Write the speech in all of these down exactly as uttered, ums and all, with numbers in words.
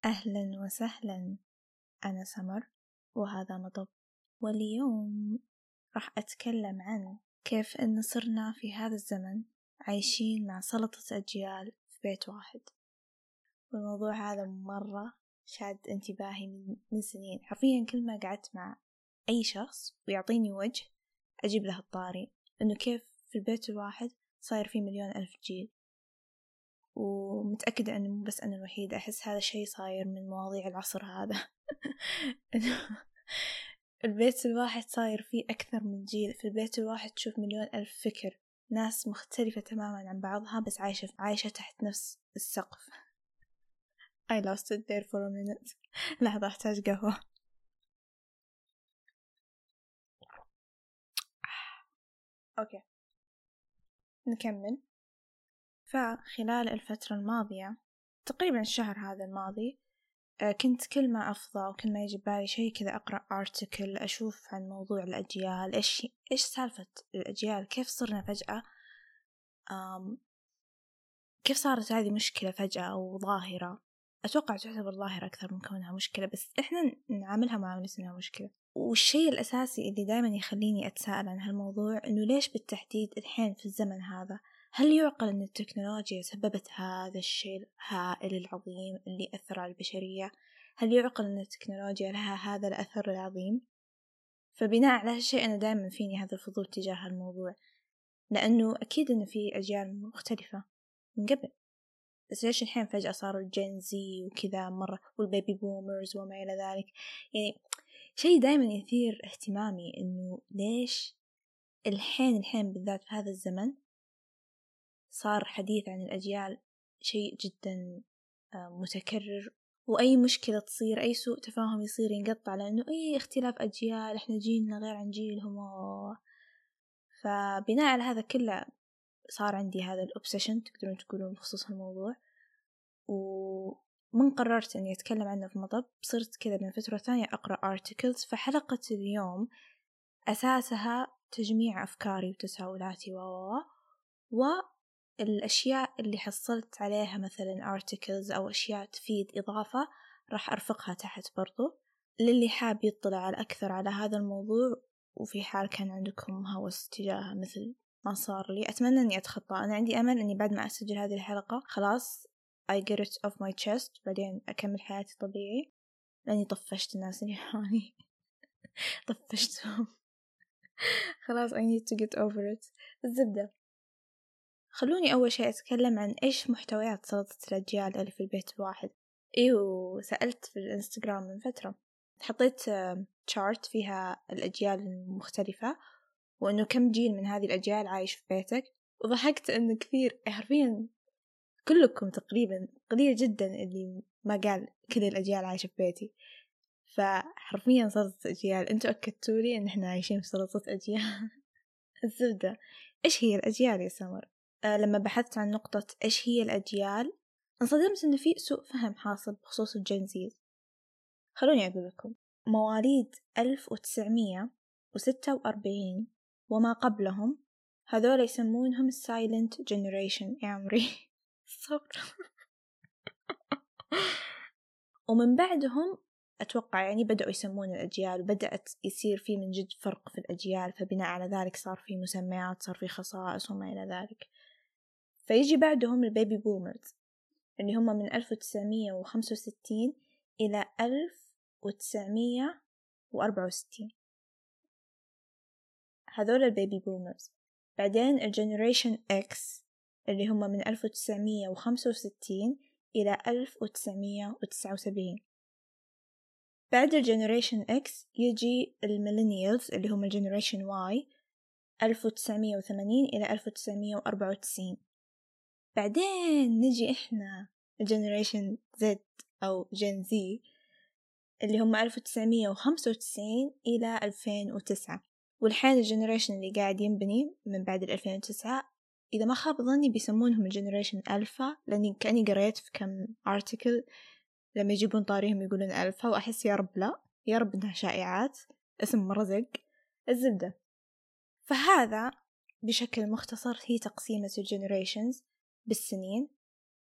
أهلا وسهلا، أنا سمر وهذا مطب. واليوم راح أتكلم عن كيف أن صرنا في هذا الزمن عايشين مع سلطة أجيال في بيت واحد. والموضوع هذا مرة شاد انتباهي من سنين، حرفيا كل ما قعدت مع أي شخص ويعطيني وجه أجيب له الطاري أنه كيف في البيت الواحد صاير فيه مليون ألف جيل. ومتأكدة أنه مو بس أنا الوحيدة أحس هذا الشيء صاير من مواضيع العصر هذا. البيت الواحد صاير فيه أكثر من جيل، في البيت الواحد تشوف مليون ألف فكر، ناس مختلفة تماما عن بعضها بس عايشة عايشة تحت نفس السقف. I lost it there for a minute. لحظة أحتاج قهوة. أوكي نكمل. فخلال الفترة الماضية تقريبا الشهر هذا الماضي كنت كل ما أفضى وكل ما يجي بالي شيء كذا أقرأ أرتيكل أشوف عن موضوع الأجيال، إيش إيش سالفة الأجيال، كيف صرنا فجأة أم كيف صارت هذه مشكلة فجأة أو ظاهرة. أتوقع تعتبر ظاهرة أكثر من كونها مشكلة، بس إحنا نعاملها معاملة إنها مشكلة. والشيء الأساسي اللي دائما يخليني أتساءل عن هالموضوع إنه ليش بالتحديد الحين في الزمن هذا؟ هل يعقل أن التكنولوجيا سببت هذا الشيء الهائل العظيم اللي أثر على البشرية؟ هل يعقل أن التكنولوجيا لها هذا الأثر العظيم؟ فبناء على هالشيء أنا دائما فيني هذا الفضول تجاه الموضوع، لأنه أكيد أنه في أجيال مختلفة من قبل، بس ليش الحين فجأة صاروا الجينزي وكذا مرة والبيبي بومرز وما إلى ذلك؟ يعني شيء دائما يثير اهتمامي إنه ليش الحين الحين بالذات في هذا الزمن صار حديث عن الأجيال شيء جدا متكرر، وأي مشكلة تصير أي سوء تفاهم يصير ينقطع لأنه أي اختلاف أجيال إحنا جيلنا غير عن جيلهم. فبناء على هذا كله صار عندي هذا الأوبسيشن تقدرون تقولون بخصوص الموضوع، ومن قررت أني أتكلم عنه في مطب صرت كذا من فترة ثانية أقرأ articles. فحلقة اليوم أساسها تجميع أفكاري وتساؤلاتي و والأشياء اللي حصلت عليها مثلا articles أو أشياء تفيد إضافة راح أرفقها تحت برضو للي حاب يطلع على أكثر على هذا الموضوع. وفي حال كان عندكم هوس تجاه مثل ما صار لي أتمنى أني أتخطى. أنا عندي أمل أني بعد ما أسجل هذه الحلقة خلاص I get it off my chest بعدين أكمل حياتي طبيعي، لأني طفشت الناس اللي حولي. طفشتهم خلاص I need to get over it. الزبدة، خلوني أول شيء أتكلم عن إيش محتويات سلطة الأجيال اللي في البيت الواحد. إيوه سألت في الإنستغرام من فترة، حطيت chart فيها الأجيال المختلفة وإنه كم جيل من هذه الأجيال عايش في بيتك، وضحكت إنه كثير حرفيا كلكم تقريبا، قليل جدا اللي ما قال كل الأجيال عايشة في بيتي. فحرفيا سلطة أجيال، أنتوا أكدتوا لي إن إحنا عايشين في سلطة أجيال. الزبدة، إيش هي الأجيال يا سمر؟ أه لما بحثت عن نقطة إيش هي الأجيال انصدمت إن في سوء فهم حاصل بخصوص الجنزيز. خلوني أقول لكم، مواليد ألف وتسعمية وستة وأربعين وما قبلهم هذول يسمونهم silent generation يا عمري. صبر. ومن بعدهم أتوقع يعني بدأوا يسمون الأجيال وبدأت يصير في من جد فرق في الأجيال، فبناء على ذلك صار في مسميات، صار في خصائص وما إلى ذلك. فيجي بعدهم البيبي بومرز اللي هم من ألف وتسعمية وخمسة وستين إلى ألف وتسعمية وأربعة وستين، هذول البيبي بومرز. بعدين الجنريشن إكس اللي هم من ألف وتسعمية وخمسة وستين إلى ألف وتسعمية وتسعة وسبعين. بعد الجنريشن إكس يجي الميلينيالز اللي هم الجنريشن واي ألف وتسعمية وثمانين إلى ألف وتسعمية وأربعة وتسعين. بعدين نجي إحنا الجنريشن زد أو جن زي اللي هم ألف وتسعمية وخمسة وتسعين إلى ألفين وتسعة. والحين الجنريشن اللي قاعد ينبني من بعد ألفين وتسعة إذا ما خاب ظني بيسمونهم الجنريشن ألفا، لأني كأني قريت في كم article لما يجيبون طاريهم يقولون ألفا، وأحس يا رب لا، يا رب إنها شائعات، اسم مرزق. الزبدة، فهذا بشكل مختصر هي تقسيمة الجنريشنز بالسنين.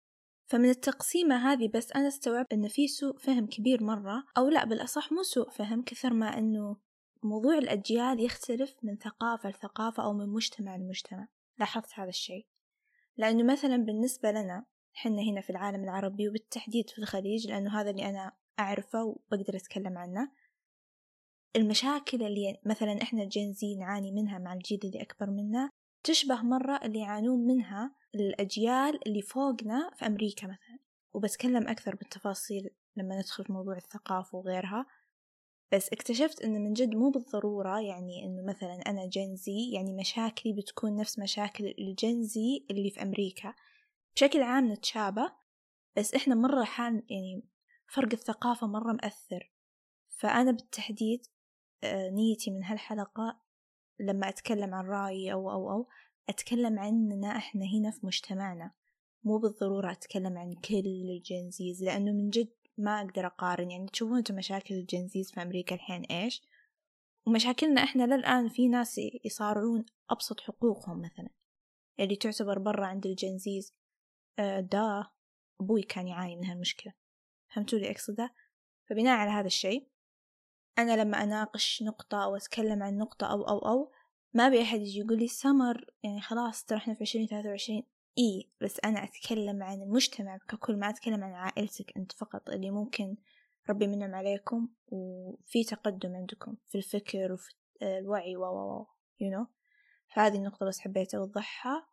فمن التقسيمة هذه بس أنا استوعب أن في سوء فهم كبير مرة، أو لا بالأصح مو سوء فهم كثر ما أنه موضوع الأجيال يختلف من ثقافة لثقافة أو من مجتمع لمجتمع. لاحظت هذا الشيء لأنه مثلا بالنسبة لنا حنا هنا في العالم العربي وبالتحديد في الخليج، لأنه هذا اللي أنا أعرفه وبقدر أتكلم عنه، المشاكل اللي مثلا إحنا جنزي نعاني منها مع الجيل اللي أكبر منا تشبه مرة اللي يعانون منها الأجيال اللي فوقنا في أمريكا مثلا. وبتكلم أكثر بالتفاصيل لما ندخل في موضوع الثقافة وغيرها. بس اكتشفت إنه من جد مو بالضرورة يعني إنه مثلا أنا جنزي يعني مشاكلي بتكون نفس مشاكل الجنزي اللي في أمريكا. بشكل عام نتشابه، بس إحنا مرة حال يعني فرق الثقافة مرة مؤثر. فأنا بالتحديد نيتي من هالحلقة لما أتكلم عن رأيي أو أو أو أتكلم عننا إحنا هنا في مجتمعنا، مو بالضرورة أتكلم عن كل الجنزيز، لأنه من جد ما أقدر أقارن. يعني تشوفون أنتم مشاكل الجنزيز في أمريكا الحين إيش، ومشاكلنا إحنا للآن في ناس يصارعون أبسط حقوقهم مثلا اللي تعتبر برا عند الجنزيز. آه دا أبوي كان يعاني من هالمشكلة، فهمتوا لي أقصده؟ فبناء على هذا الشيء أنا لما أناقش نقطة أو أتكلم عن نقطة أو أو أو ما أبي أحد يجي يقول لي سمر يعني خلاص ترى إحنا في عشرين ثلاثة وعشرين. إيه بس أنا أتكلم عن المجتمع ككل، ما أتكلم عن عائلتك أنت فقط اللي ممكن ربي منعم عليكم وفي تقدم عندكم في الفكر وفي الوعي و و you know. فهذه النقطة بس حبيت أوضحها.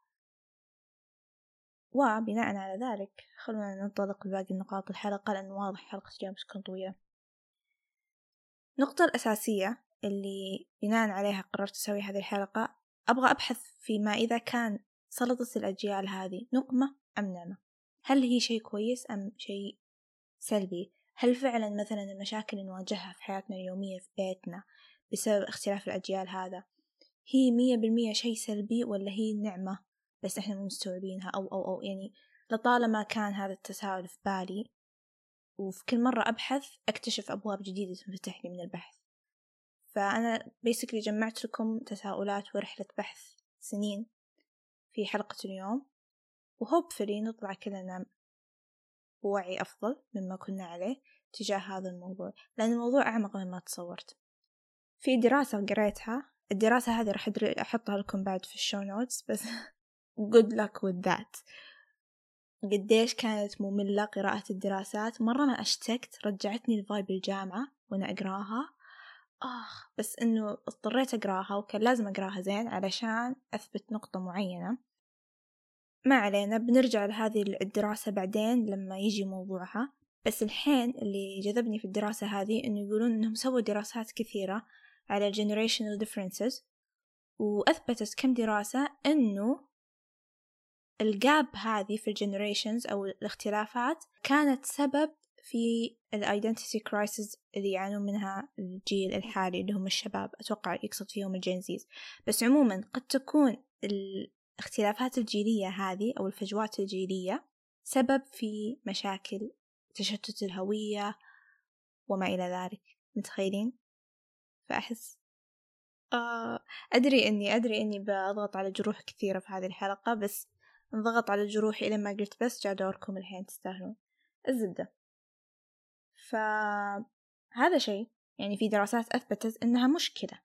وبناء على ذلك خلونا ننطلق لباقي النقاط الحلقة، لأنه واضح حلقة اليوم بتكون طويلة. النقطة الأساسية اللي بناء عليها قررت أسوي هذه الحلقة، أبغى أبحث فيما إذا كان سلطة الأجيال هذه نقمة أم نعمة. هل هي شيء كويس أم شيء سلبي؟ هل فعلا مثلا المشاكل اللي نواجهها في حياتنا اليومية في بيتنا بسبب اختلاف الأجيال هذا هي مية بالمية شيء سلبي، ولا هي نعمة بس إحنا مو مستوعبينها أو أو أو يعني لطالما كان هذا التساؤل في بالي، وفي كل مرة أبحث أكتشف أبواب جديدة تنفتح لي من البحث. فأنا basically جمعت لكم تساؤلات ورحلة بحث سنين في حلقة اليوم، وهوبفلي نطلع كلنا بوعي أفضل مما كنا عليه تجاه هذا الموضوع، لأن الموضوع أعمق مما تصورت. في دراسة قريتها، الدراسة هذه راح أحطها لكم بعد في الشو نوتس، بس good luck with that. قديش كانت مملة قراءة الدراسات، مرة ما أشتكت، رجعتني لفايب الجامعة وأنا أقراها. آه بس إنه اضطريت أقراها وكان لازم أقراها زين علشان أثبت نقطة معينة. ما علينا، بنرجع لهذه الدراسة بعدين لما يجي موضوعها. بس الحين اللي جذبني في الدراسة هذه إنه يقولون إنهم سووا دراسات كثيرة على generational differences، وأثبتت كم دراسة إنه الجاب هذه في الجنريشنز أو الاختلافات كانت سبب في الايدنتيتي كرايسيس اللي يعانون منها الجيل الحالي اللي هم الشباب. أتوقع يقصد فيهم الجينزيز، بس عموما قد تكون الاختلافات الجيلية هذه أو الفجوات الجيلية سبب في مشاكل تشتت الهوية وما إلى ذلك. متخيلين؟ فأحس آه أدري إني أدري إني بضغط على جروح كثيرة في هذه الحلقة، بس انضغط على جروحي إلى ما قلت بس جاء دوركم الحين تستاهلون الزبدة. فهذا شيء يعني في دراسات أثبتت إنها مشكلة.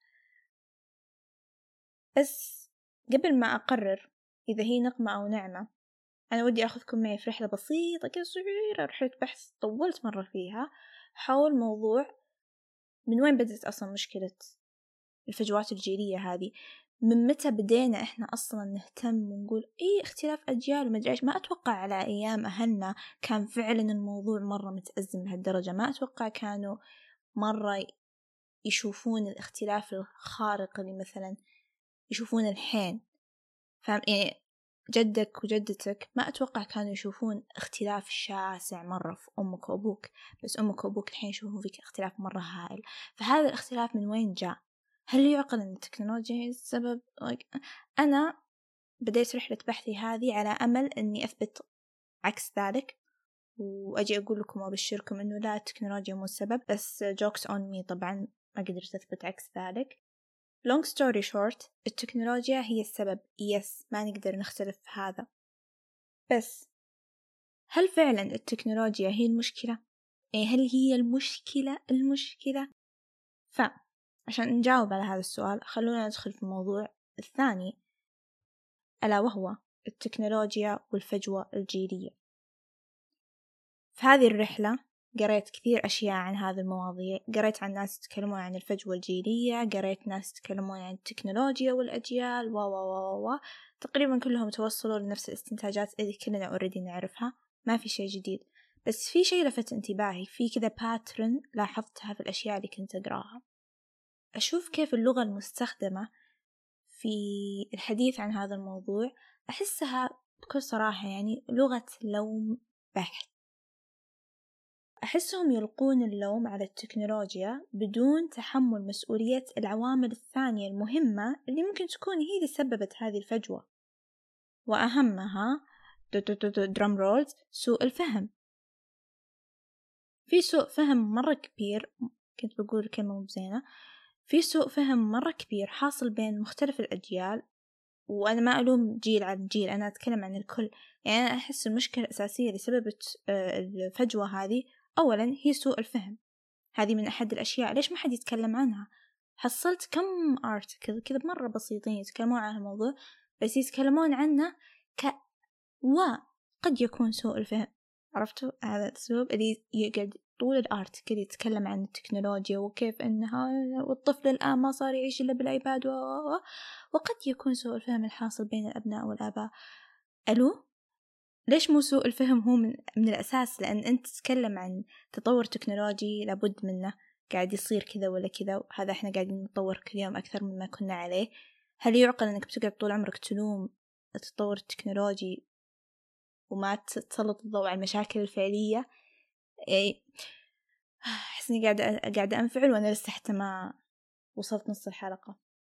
بس قبل ما أقرر إذا هي نقمة أو نعمة، أنا ودي أخذكم معي في رحلة بسيطة كده صغيرة، رحلة بحث طولت مرة فيها حول موضوع من وين بدأت أصلا مشكلة الفجوات الجيلية هذه. من متى بدينا إحنا أصلا نهتم ونقول إيه اختلاف أجيال وما أدري إيش. ما أتوقع على أيام أهلنا كان فعلا الموضوع مرة متأزم بهالدرجة. ما أتوقع كانوا مرة يشوفون الاختلاف الخارق اللي مثلا يشوفون الحين. فهم يعني جدك وجدتك ما أتوقع كانوا يشوفون اختلاف شاسع مرة في أمك وأبوك، بس أمك وأبوك الحين يشوفون فيك اختلاف مرة هائل. فهذا الاختلاف من وين جاء؟ هل يعقل أن التكنولوجيا هي السبب؟ أنا بديت رحلة بحثي هذه على أمل أني أثبت عكس ذلك، وأجي أقول لكم وأبشركم أنه لا، التكنولوجيا مو السبب. بس jokes on me طبعا ما قدرت أثبت عكس ذلك. long story short، التكنولوجيا هي السبب، يس ما نقدر نختلف في هذا. بس هل فعلا التكنولوجيا هي المشكلة؟ يعني هل هي المشكلة المشكلة؟ فعشان نجاوب على هذا السؤال خلونا ندخل في الموضوع الثاني، ألا وهو التكنولوجيا والفجوة الجيلية. في هذه الرحلة قريت كثير أشياء عن هذه المواضيع، قريت عن ناس يتكلمون عن الفجوة الجيلية، قريت ناس يتكلمون عن التكنولوجيا والأجيال و و و و تقريبا كلهم توصلوا لنفس الاستنتاجات اللي كلنا أوريدي نعرفها، ما في شيء جديد. بس في شيء لفت انتباهي، في كذا باترن لاحظتها في الأشياء اللي كنت أقراها. أشوف كيف اللغة المستخدمة في الحديث عن هذا الموضوع أحسها بكل صراحة يعني لغة لوم بحت. أحسهم يلقون اللوم على التكنولوجيا بدون تحمل مسؤولية العوامل الثانية المهمة اللي ممكن تكون هي اللي سببت هذه الفجوة، وأهمها درام رولز سوء الفهم. في سوء فهم مرة كبير، كنت بقول كلمة مو بزينة، في سوء فهم مرة كبير حاصل بين مختلف الأجيال، وأنا ما ألوم جيل عن جيل، أنا أتكلم عن الكل. يعني أنا أحس المشكلة الأساسية اللي سببت الفجوة هذه أولا هي سوء الفهم. هذه من أحد الأشياء ليش ما حد يتكلم عنها. حصلت كم آرتيكل كذا مرة بسيطين يتكلمون عن الموضوع، بس يتكلمون عنه ك وقد يكون سوء الفهم. عرفتوا هذا الأسلوب اللي يقعد طول الآرتيكل يتكلم عن التكنولوجيا وكيف إنها والطفل الآن ما صار يعيش إلا بالآيباد و... وقد يكون سوء الفهم الحاصل بين الأبناء والآباء. ألو ليش مو سوء الفهم هو من, من الأساس؟ لأن أنت تتكلم عن تطور تكنولوجي لابد منه، قاعد يصير كذا ولا كذا، وهذا إحنا قاعدين نتطور كل يوم أكثر مما كنا عليه. هل يعقل أنك بتقعد طول عمرك تلوم التطور التكنولوجي وما تسلط الضوء على المشاكل الفعلية؟ يعني أحسني قاعدة قاعدة أنفعل وأنا لسه حتى ما وصلت نص الحلقة.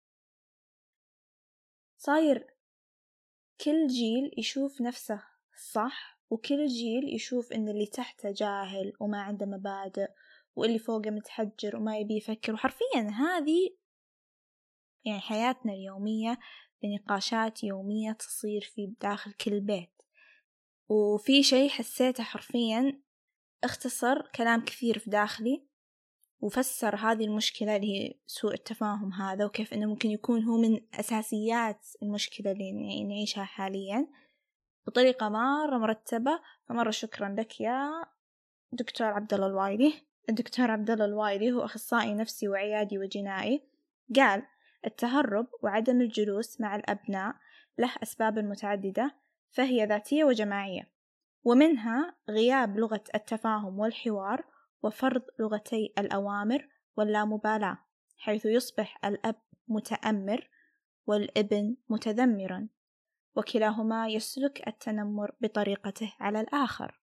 صاير كل جيل يشوف نفسه صح، وكل جيل يشوف إن اللي تحته جاهل وما عنده مبادئ، واللي فوقه متحجر وما يبي يفكر. وحرفيا هذه يعني حياتنا اليومية بنقاشات يومية تصير في داخل كل بيت. وفي شيء حسيته حرفيا اختصر كلام كثير في داخلي وفسر هذه المشكلة اللي هي سوء التفاهم هذا، وكيف إنه ممكن يكون هو من أساسيات المشكلة اللي نعيشها حاليا بطريقة مرة مرتبة. فمرة شكرا لك يا دكتور عبد الله الوايلي. الدكتور عبد الله الوايلي هو أخصائي نفسي وعيادي وجنائي، قال التهرب وعدم الجلوس مع الأبناء له أسباب متعددة، فهي ذاتية وجماعية، ومنها غياب لغة التفاهم والحوار وفرض لغتي الأوامر واللامبالاة، حيث يصبح الأب متأمر والابن متذمرا، وكلاهما يسلك التنمر بطريقته على الآخر.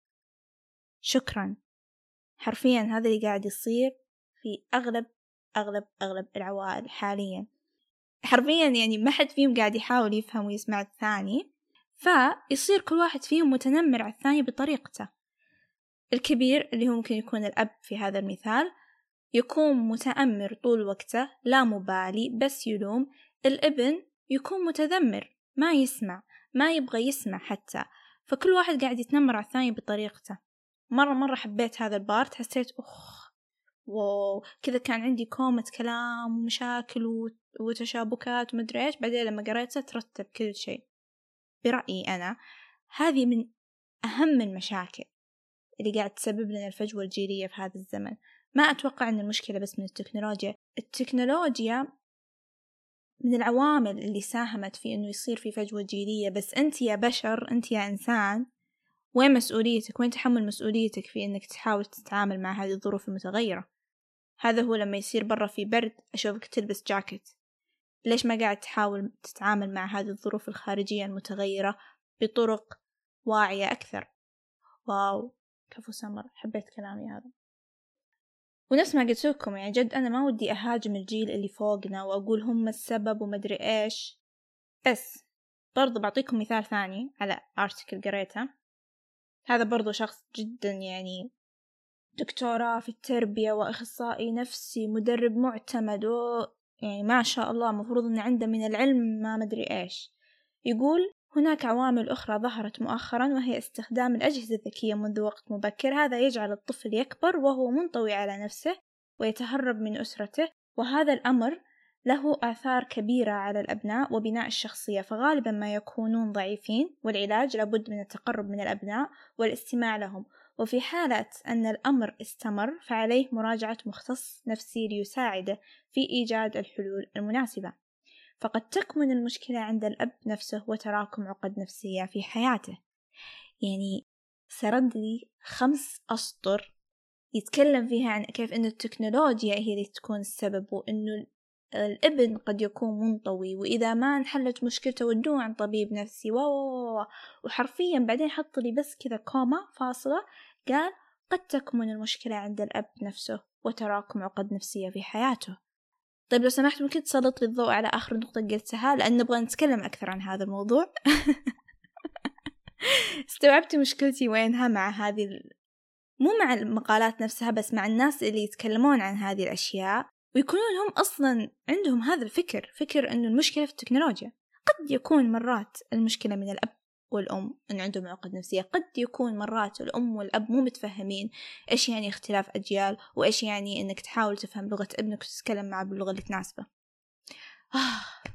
شكرا. حرفيا هذا اللي قاعد يصير في أغلب أغلب أغلب العوائل حاليا. حرفيا يعني ما حد فيهم قاعد يحاول يفهم ويسمع الثاني، فيصير كل واحد فيهم متنمر على الثاني بطريقته. الكبير اللي هو ممكن يكون الأب في هذا المثال يكون متأمر طول وقته لا مبالي بس يلوم. الابن يكون متذمر ما يسمع ما يبغى يسمع حتى، فكل واحد قاعد يتنمر على الثاني بطريقته. مرة مرة حبيت هذا البارت، حسيت أخ واو كذا كان عندي كومة كلام ومشاكل وتشابكات ومدري إيش، بعدين لما قريتها ترتب كل شيء. برأيي أنا هذه من أهم المشاكل اللي قاعد تسبب لنا الفجوة الجيلية في هذا الزمن. ما أتوقع أن المشكلة بس من التكنولوجيا. التكنولوجيا من العوامل اللي ساهمت في أنه يصير في فجوة جيلية، بس أنت يا بشر، أنت يا إنسان، وين مسؤوليتك؟ وين تحمل مسؤوليتك في أنك تحاول تتعامل مع هذه الظروف المتغيرة؟ هذا هو لما يصير برا في برد أشوفك تلبس جاكيت، ليش ما قاعد تحاول تتعامل مع هذه الظروف الخارجية المتغيرة بطرق واعية أكثر؟ واو كفو سمر، حبيت كلامي هذا. ونفس ما قلت لكم يعني جد أنا ما ودي أهاجم الجيل اللي فوقنا وأقول هم السبب ومدري إيش، بس برضو بعطيكم مثال ثاني على آرتيكل قريته. هذا برضو شخص جدا يعني دكتوراه في التربية وأخصائي نفسي مدرب معتمد و يعني ما شاء الله مفروض أن عنده من العلم ما مدري إيش. يقول هناك عوامل أخرى ظهرت مؤخرا، وهي استخدام الأجهزة الذكية منذ وقت مبكر. هذا يجعل الطفل يكبر وهو منطوي على نفسه ويتهرب من أسرته، وهذا الأمر له آثار كبيرة على الأبناء وبناء الشخصية، فغالبا ما يكونون ضعيفين، والعلاج لابد من التقرب من الأبناء والاستماع لهم. وفي حالة أن الأمر استمر فعليه مراجعة مختص نفسي ليساعده في إيجاد الحلول المناسبة. فقد تكمن المشكلة عند الأب نفسه وتراكم عقد نفسية في حياته. يعني سرد لي خمس أسطر يتكلم فيها عن كيف أن التكنولوجيا هي اللي تكون السبب، وأنه الابن قد يكون منطوي، وإذا ما انحلت مشكلته ودوه عن طبيب نفسي و وحرفيا بعدين حط لي بس كذا كوما فاصلة، قال قد تكمن المشكلة عند الأب نفسه وتراكم عقد نفسية في حياته. طيب لو سمحت ممكن تسلط لي الضوء على آخر نقطة قلتها، لأن نبغى نتكلم أكثر عن هذا الموضوع. استوعبت مشكلتي وينها مع هذه ال... مو مع المقالات نفسها، بس مع الناس اللي يتكلمون عن هذه الأشياء ويكونون هم أصلا عندهم هذا الفكر، فكر أنه المشكلة في التكنولوجيا. قد يكون مرات المشكلة من الأب والأم أن عندهم عقد نفسية، قد يكون مرات الأم والأب مو متفهمين إيش يعني اختلاف أجيال، وإيش يعني أنك تحاول تفهم لغة ابنك وتتكلم معه باللغة اللي تناسبه. آه.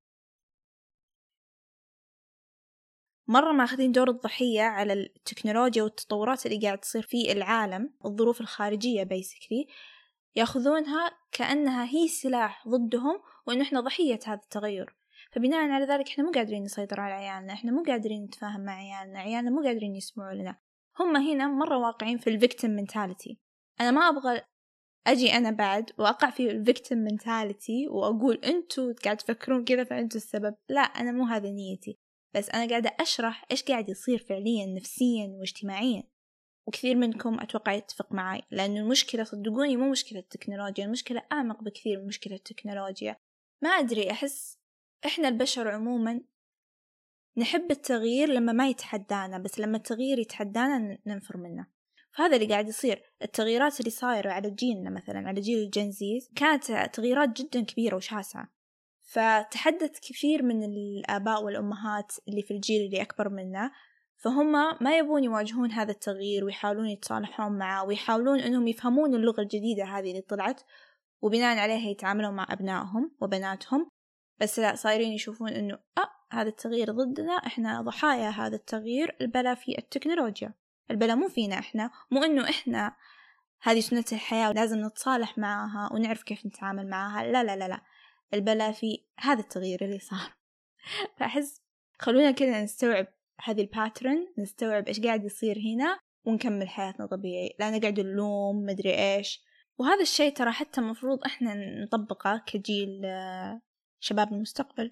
مرة ما أخذين دور الضحية على التكنولوجيا والتطورات اللي قاعد تصير في العالم، الظروف الخارجية basically يأخذونها كأنها هي سلاح ضدهم، وإنه إحنا ضحية هذا التغير. فبناء على ذلك إحنا مو قادرين نسيطر على عيالنا، إحنا مو قادرين نتفاهم مع عيالنا، عيالنا مو قادرين يسمعوا لنا. هم هنا مرة واقعين في الفيكتيم mentality. أنا ما أبغى أجي أنا بعد وأقع في الفيكتيم mentality وأقول أنتوا قاعد تفكرون كذا فأنتوا السبب. لا، أنا مو هذا نيتي، بس أنا قاعدة أشرح إيش قاعد يصير فعليا نفسيا واجتماعيا. وكثير منكم أتوقع يتفق معي، لأن المشكلة صدقوني مو مشكلة التكنولوجيا، المشكلة أعمق بكثير من مشكلة التكنولوجيا. ما أدري، أحس إحنا البشر عموما نحب التغيير لما ما يتحدانا، بس لما التغيير يتحدانا ننفر منه. فهذا اللي قاعد يصير. التغييرات اللي صايرة على جيلنا مثلا، على جيل الجنزيز، كانت تغييرات جدا كبيرة وشاسعة، فتحدث كثير من الآباء والأمهات اللي في الجيل اللي أكبر منا، فهم ما يبون يواجهون هذا التغيير ويحاولون يتصالحون معه، ويحاولون أنهم يفهمون اللغة الجديدة هذه اللي طلعت وبناء عليها يتعاملون مع أبنائهم وبناتهم. بس لا، صايرين يشوفون أنه أه هذا التغيير ضدنا، إحنا ضحايا هذا التغيير، البلا في التكنولوجيا، البلا مو فينا إحنا، مو أنه إحنا هذه سنة الحياة ولازم نتصالح معها ونعرف كيف نتعامل معها. لا لا لا لا، البلا في هذا التغيير اللي صار. فأحس خلونا كده نستوعب هذه الباترن، نستوعب إيش قاعد يصير هنا ونكمل حياتنا طبيعي، لا نقعد نلوم مدري إيش. وهذا الشيء ترى حتى مفروض إحنا نطبقه كجيل شباب المستقبل.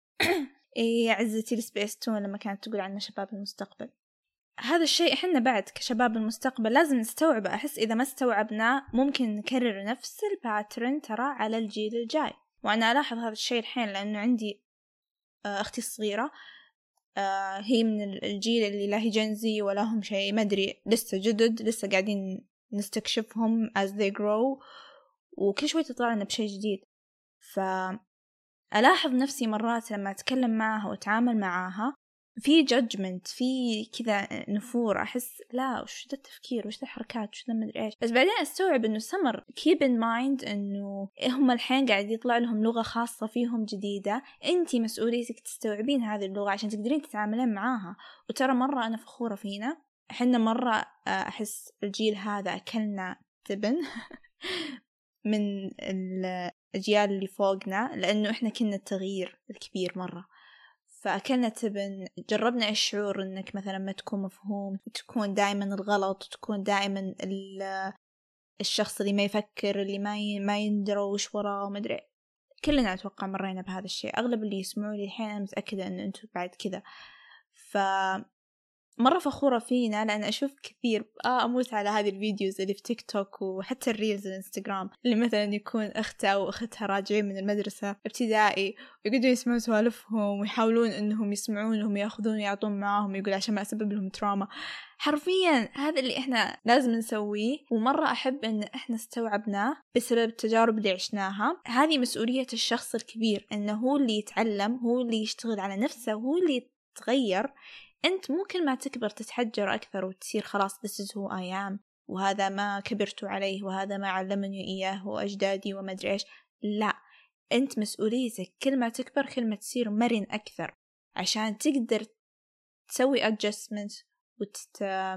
إيه عزتي السبيستون لما كانت تقول عنا شباب المستقبل، هذا الشيء إحنا بعد كشباب المستقبل لازم نستوعبه. أحس إذا ما استوعبناه ممكن نكرر نفس الباترن ترى على الجيل الجاي. وأنا ألاحظ هذا الشيء الحين، لأنه عندي أختي الصغيرة هي من الجيل اللي لا هي جنزي ولا هم شيء، ما أدري، لسه جدد، لسه قاعدين نستكشفهم as they grow، وكل شوي تطلع لنا بشيء جديد. فألاحظ نفسي مرات لما أتكلم معها وأتعامل معها في judgment، في كذا نفور، أحس لا وش ذا التفكير، وش ذا الحركات، وش ذا مدري إيش. بس بعدين أستوعب إنه سمر keep in mind إنه هم الحين قاعد يطلع لهم لغة خاصة فيهم جديدة، أنتي مسؤوليتك تستوعبين هذه اللغة عشان تقدرين تتعاملين معاها. وترى مرة أنا فخورة فينا، إحنا مرة أحس الجيل هذا أكلنا تبن من الأجيال اللي فوقنا، لأنه إحنا كنا التغيير الكبير مرة، فأكلنا تبن. جربنا الشعور إنك مثلا ما تكون مفهوم، تكون دائما الغلط، تكون دائما الشخص اللي ما يفكر، اللي ما ما يندرى وش وراه مدري. كلنا أتوقع مرينا بهذا الشيء، أغلب اللي يسمعوا لي الحين أنا متأكدة إن أنتوا بعد كذا. ف مرة فخورة فينا، لأن أشوف كثير آه أموت على هذه الفيديوز اللي في تيك توك وحتى الريلز الانستغرام، اللي مثلا يكون أختها وأختها راجعين من المدرسة ابتدائي ويقعدوا يسمعون سوالفهم ويحاولون إنهم يسمعونهم يأخذون ويعطون معاهم، يقول عشان ما أسبب لهم تراما. حرفيا هذا اللي إحنا لازم نسويه، ومرة أحب إن إحنا استوعبناه بسبب التجارب اللي عشناها. هذه مسؤولية الشخص الكبير، إنه هو اللي يتعلم، هو اللي يشتغل على نفسه، هو اللي تتغير، أنت مو كل ما تكبر تتحجر أكثر وتصير خلاص this is who I am وهذا ما كبرت عليه وهذا ما علمني إياه وأجدادي وما أدري إيش. لا، أنت مسؤوليتك كل ما تكبر كل ما تصير مرن أكثر عشان تقدر تسوي adjustment وتت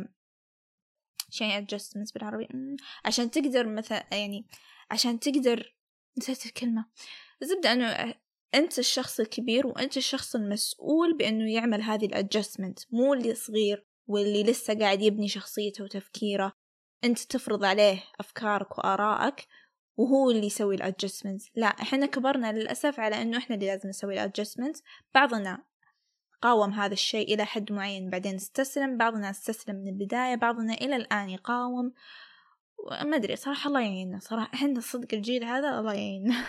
شيء adjustment بالعربي عشان تقدر مثلا يعني عشان تقدر نسيت الكلمة. الزبدة أنه أنت الشخص الكبير وأنت الشخص المسؤول بأنه يعمل هذه الادجستمنت، مو اللي صغير واللي لسه قاعد يبني شخصيته وتفكيره. أنت تفرض عليه أفكارك وآرائك وهو اللي يسوي الادجستمنت. لا، إحنا كبرنا للأسف على أنه إحنا اللي لازم نسوي الادجستمنت. بعضنا قاوم هذا الشيء إلى حد معين بعدين استسلم، بعضنا استسلم من البداية، بعضنا إلى الآن يقاوم. ما أدري صراحة، الله يعيننا صراحة، إحنا صدق الجيل هذا الله يعيننا.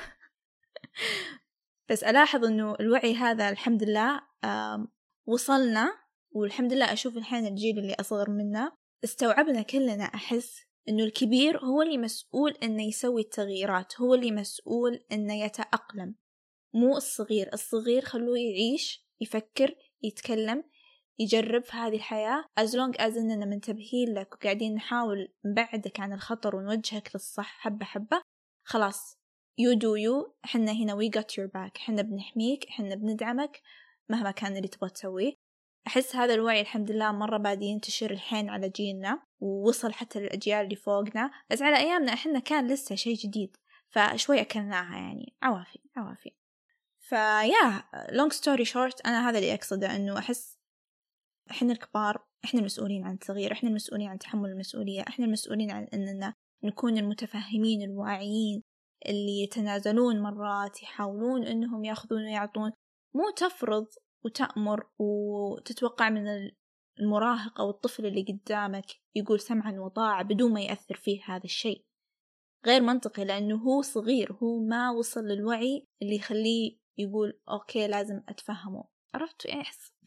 بس ألاحظ أنه الوعي هذا الحمد لله وصلنا، والحمد لله أشوف الحين الجيل اللي أصغر منا استوعبنا كلنا. أحس أنه الكبير هو اللي مسؤول أنه يسوي التغييرات، هو اللي مسؤول أنه يتأقلم، مو الصغير. الصغير خلوه يعيش، يفكر، يتكلم، يجرب في هذه الحياة as long as أننا منتبهين لك وقاعدين نحاول نبعدك عن الخطر ونوجهك للصح حبة حبة. خلاص you do you، حنا هنا we got your back، حنا بنحميك، حنا بندعمك مهما كان اللي تبغى تسويه. أحس هذا الوعي الحمد لله مرة بادي ينتشر الحين على جيلنا ووصل حتى للأجيال اللي فوقنا، بس على أيامنا إحنا كان لسه شيء جديد فشوي أكلناها يعني عوافي عوافي. فيا long story short، أنا هذا اللي أقصده، أنه أحس إحنا الكبار إحنا المسؤولين عن التغيير، إحنا المسؤولين عن تحمل المسؤولية، إحنا المسؤولين عن أننا نكون المتفهمين الواعيين اللي يتنازلون مرات، يحاولون أنهم يأخذون ويعطون، مو تفرض وتأمر وتتوقع من المراهق أو الطفل اللي قدامك يقول سمعا وطاعة بدون ما يأثر فيه. هذا الشيء غير منطقي لأنه هو صغير، هو ما وصل للوعي اللي يخليه يقول أوكي لازم أتفهمه. عرفتوا إيه؟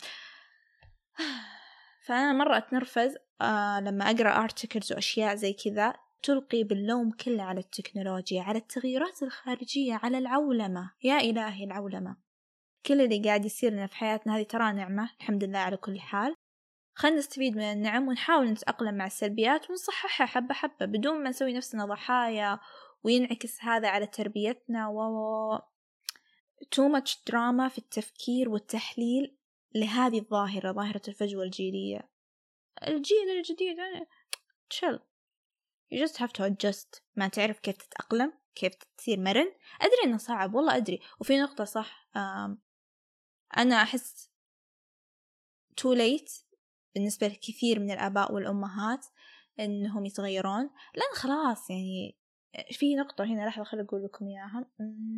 فأنا مرة أتنرفز آه لما أقرأ articles وأشياء زي كذا تلقي باللوم كله على التكنولوجيا، على التغييرات الخارجية، على العولمة. يا إلهي العولمة، كل اللي قاعد يصير لنا في حياتنا هذه ترى نعمة الحمد لله على كل حال. خلنا نستفيد من النعم ونحاول نتأقلم مع السلبيات ونصححها حبة حبة بدون ما نسوي نفسنا ضحايا وينعكس هذا على تربيتنا. و too much drama في التفكير والتحليل لهذه الظاهرة، ظاهرة الفجوة الجيلية. الجيل الجديد chill، you just have to adjust. ما تعرف كيف تتأقلم، كيف تصير مرن. أدري إنه صعب والله أدري. وفي نقطة صح، أنا أحس too late بالنسبة لكثير من الآباء والأمهات إنهم يتغيرون، لأن خلاص يعني في نقطة هنا لحظة خلي أقول لكم إياها.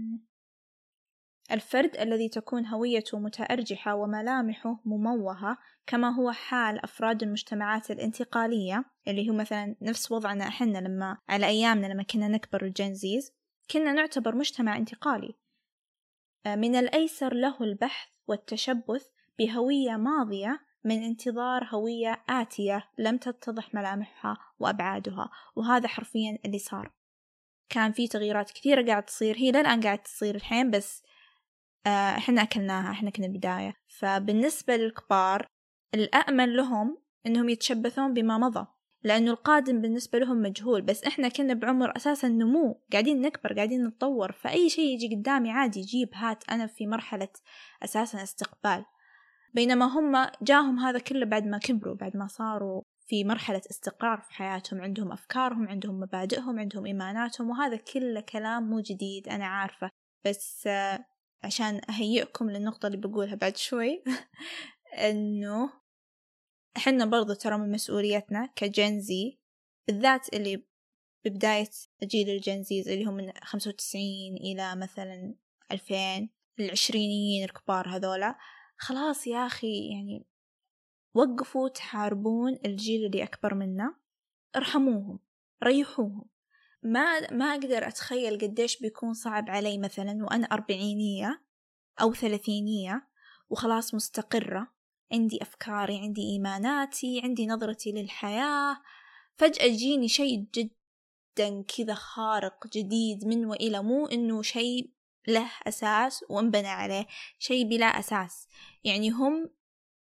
الفرد الذي تكون هويته متأرجحة وملامحه مموهة كما هو حال أفراد المجتمعات الانتقالية اللي هو مثلا نفس وضعنا إحنا لما على أيامنا لما كنا نكبر الجنزيز، كنا نعتبر مجتمع انتقالي. من الأيسر له البحث والتشبث بهوية ماضية من انتظار هوية آتية لم تتضح ملامحها وأبعادها. وهذا حرفيا اللي صار. كان في تغييرات كثيرة قاعد تصير، هي للآن قاعد تصير الحين، بس آه إحنا أكلناها، إحنا كنا البداية. فبالنسبة للكبار الأأمن لهم إنهم يتشبثون بما مضى، لأنه القادم بالنسبة لهم مجهول. بس إحنا كنا بعمر أساسا نمو، قاعدين نكبر، قاعدين نتطور، فأي شيء يجي قدامي عادي جيب هات. أنا في مرحلة أساسا استقبال، بينما هم جاهم هذا كله بعد ما كبروا، بعد ما صاروا في مرحلة استقرار في حياتهم، عندهم أفكارهم، عندهم مبادئهم، عندهم إيماناتهم. وهذا كله كلام مو جديد أنا عارفة، بس آه عشان أهيئكم للنقطة اللي بقولها بعد شوي إنه إحنا برضو ترى من مسؤوليتنا كجنزي، بالذات اللي ببداية جيل الجنزيز اللي هم من خمسة وتسعين إلى مثلا ألفين، العشرينيين الكبار هذولا. خلاص يا أخي يعني وقفوا تحاربون الجيل اللي أكبر منا، ارحموهم، ريحوهم. ما ما أقدر أتخيل قديش بيكون صعب علي مثلا وأنا أربعينية أو ثلاثينية وخلاص مستقرة، عندي أفكاري، عندي إيماناتي، عندي نظرتي للحياة، فجأة يجيني شيء جدا كذا خارق جديد من وإلى، مو إنه شيء له أساس وانبنى عليه، شيء بلا أساس. يعني هم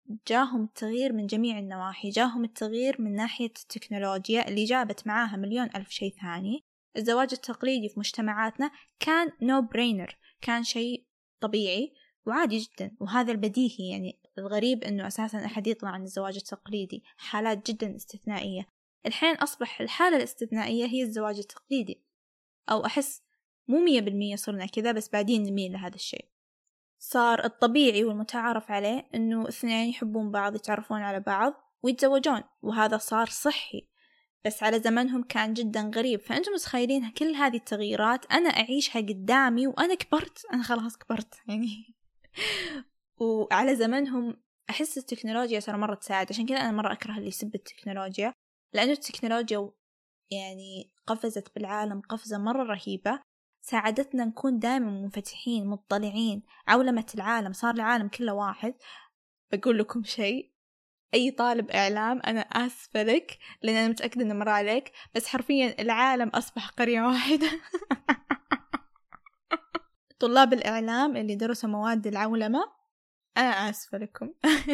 جاهم التغيير من جميع النواحي. جاهم التغيير من ناحية التكنولوجيا اللي جابت معاها مليون ألف شيء ثاني. الزواج التقليدي في مجتمعاتنا كان no brainer، كان شيء طبيعي وعادي جدا، وهذا البديهي. يعني الغريب أنه أساسا أحد يطلع عن الزواج التقليدي، حالات جدا استثنائية. الحين أصبح الحالة الاستثنائية هي الزواج التقليدي، أو أحس مو مية بالمية صرنا كذا، بس بعدين نميل لهذا الشيء. صار الطبيعي والمتعارف عليه أنه اثنين يحبون بعض، يتعرفون على بعض ويتزوجون، وهذا صار صحي. بس على زمنهم كان جدا غريب. فأنتم متخيلين كل هذه التغييرات أنا أعيشها قدامي وأنا كبرت، أنا خلاص كبرت يعني. وعلى زمنهم أحس التكنولوجيا ترى مرة تساعد. عشان كذا أنا مرة أكره اللي يسب التكنولوجيا، لأنه التكنولوجيا يعني قفزت بالعالم قفزة مرة رهيبة، ساعدتنا نكون دائما منفتحين مطلعين. عولمة العالم، صار العالم كله واحد. بقول لكم شيء، أي طالب إعلام أنا آسفة لك، لأن أنا متأكدة أنه مر عليك، بس حرفيا العالم أصبح قرية واحدة. طلاب الإعلام اللي درسوا مواد العولمة أنا آسفة لكم.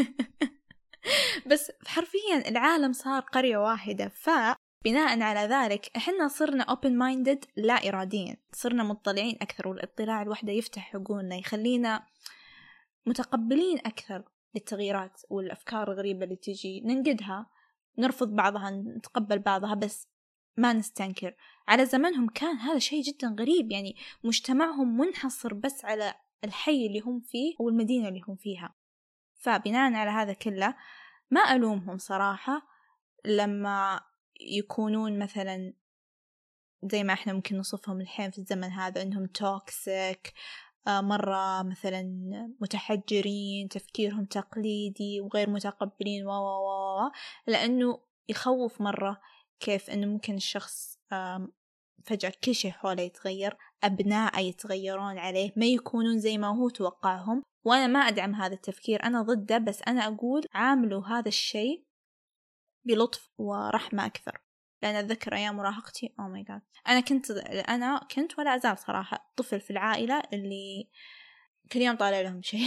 بس حرفيا العالم صار قرية واحدة. فبناء على ذلك إحنا صرنا open minded لا إراديا، صرنا مطلعين أكثر، والاطلاع الوحدة يفتح عقولنا، يخلينا متقبلين أكثر للتغييرات والأفكار الغريبة اللي تيجي، ننقدها، نرفض بعضها، نتقبل بعضها، بس ما نستنكر. على زمنهم كان هذا شيء جدا غريب، يعني مجتمعهم منحصر بس على الحي اللي هم فيه والمدينة اللي هم فيها. فبناء على هذا كله ما ألومهم صراحة لما يكونون مثلا زي ما احنا ممكن نصفهم الحين في الزمن هذا انهم توكسيك، مرة مثلا متحجرين، تفكيرهم تقليدي وغير متقبلين و و و لأنه يخوف مرة كيف أنه ممكن الشخص فجأة كل شيء حوله يتغير، أبناء يتغيرون عليه، ما يكونون زي ما هو توقعهم. وأنا ما أدعم هذا التفكير، أنا ضده، بس أنا أقول عاملوا هذا الشيء بلطف ورحمة أكثر. لأن أتذكر أيام مراهقتي أوه ماي جاد، أنا كنت أنا كنت ولا أزال صراحة طفل في العائلة اللي كل يوم طالع لهم شيء.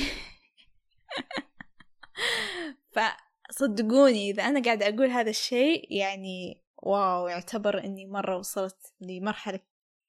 فصدقوني إذا أنا قاعدة أقول هذا الشيء يعني واو، يعتبر أني مرة وصلت لمرحلة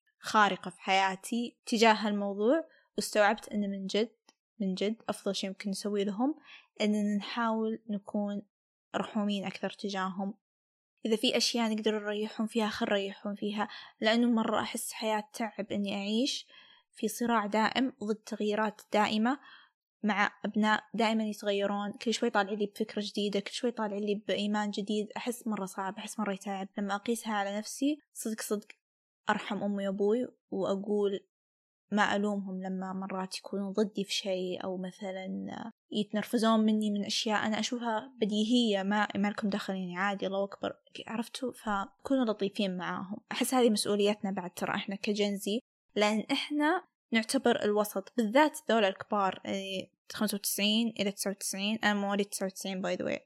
خارقة في حياتي تجاه الموضوع، واستوعبت أنه من جد من جد أفضل شيء ممكن نسوي لهم أننا نحاول نكون رحومين أكثر تجاههم. إذا في أشياء نقدر نريحهم فيها خل نريحهم فيها، لأنه مرة أحس حياة تعب أني أعيش في صراع دائم ضد تغييرات دائمة مع أبناء دائما يتغيرون، كل شوي طالع لي بفكرة جديدة، كل شوي طالع لي بإيمان جديد. أحس مرة صعب، أحس مرة يتعب. لما أقيسها على نفسي صدق صدق أرحم أمي وأبوي، وأقول ما ألومهم لما مرات يكونوا ضدي في شيء، أو مثلا يتنرفزون مني من أشياء أنا أشوفها بديهية، ما ما لكم دخل يعني عادي الله أكبر، عرفتوا؟ فكونوا لطيفين معاهم. أحس هذه مسؤوليتنا بعد ترى إحنا كجنزي، لأن إحنا نعتبر الوسط، بالذات ذولا الكبار خمسة وتسعين إلى تسعة وتسعين. أنا مواليد تسعة وتسعين باي ذا واي.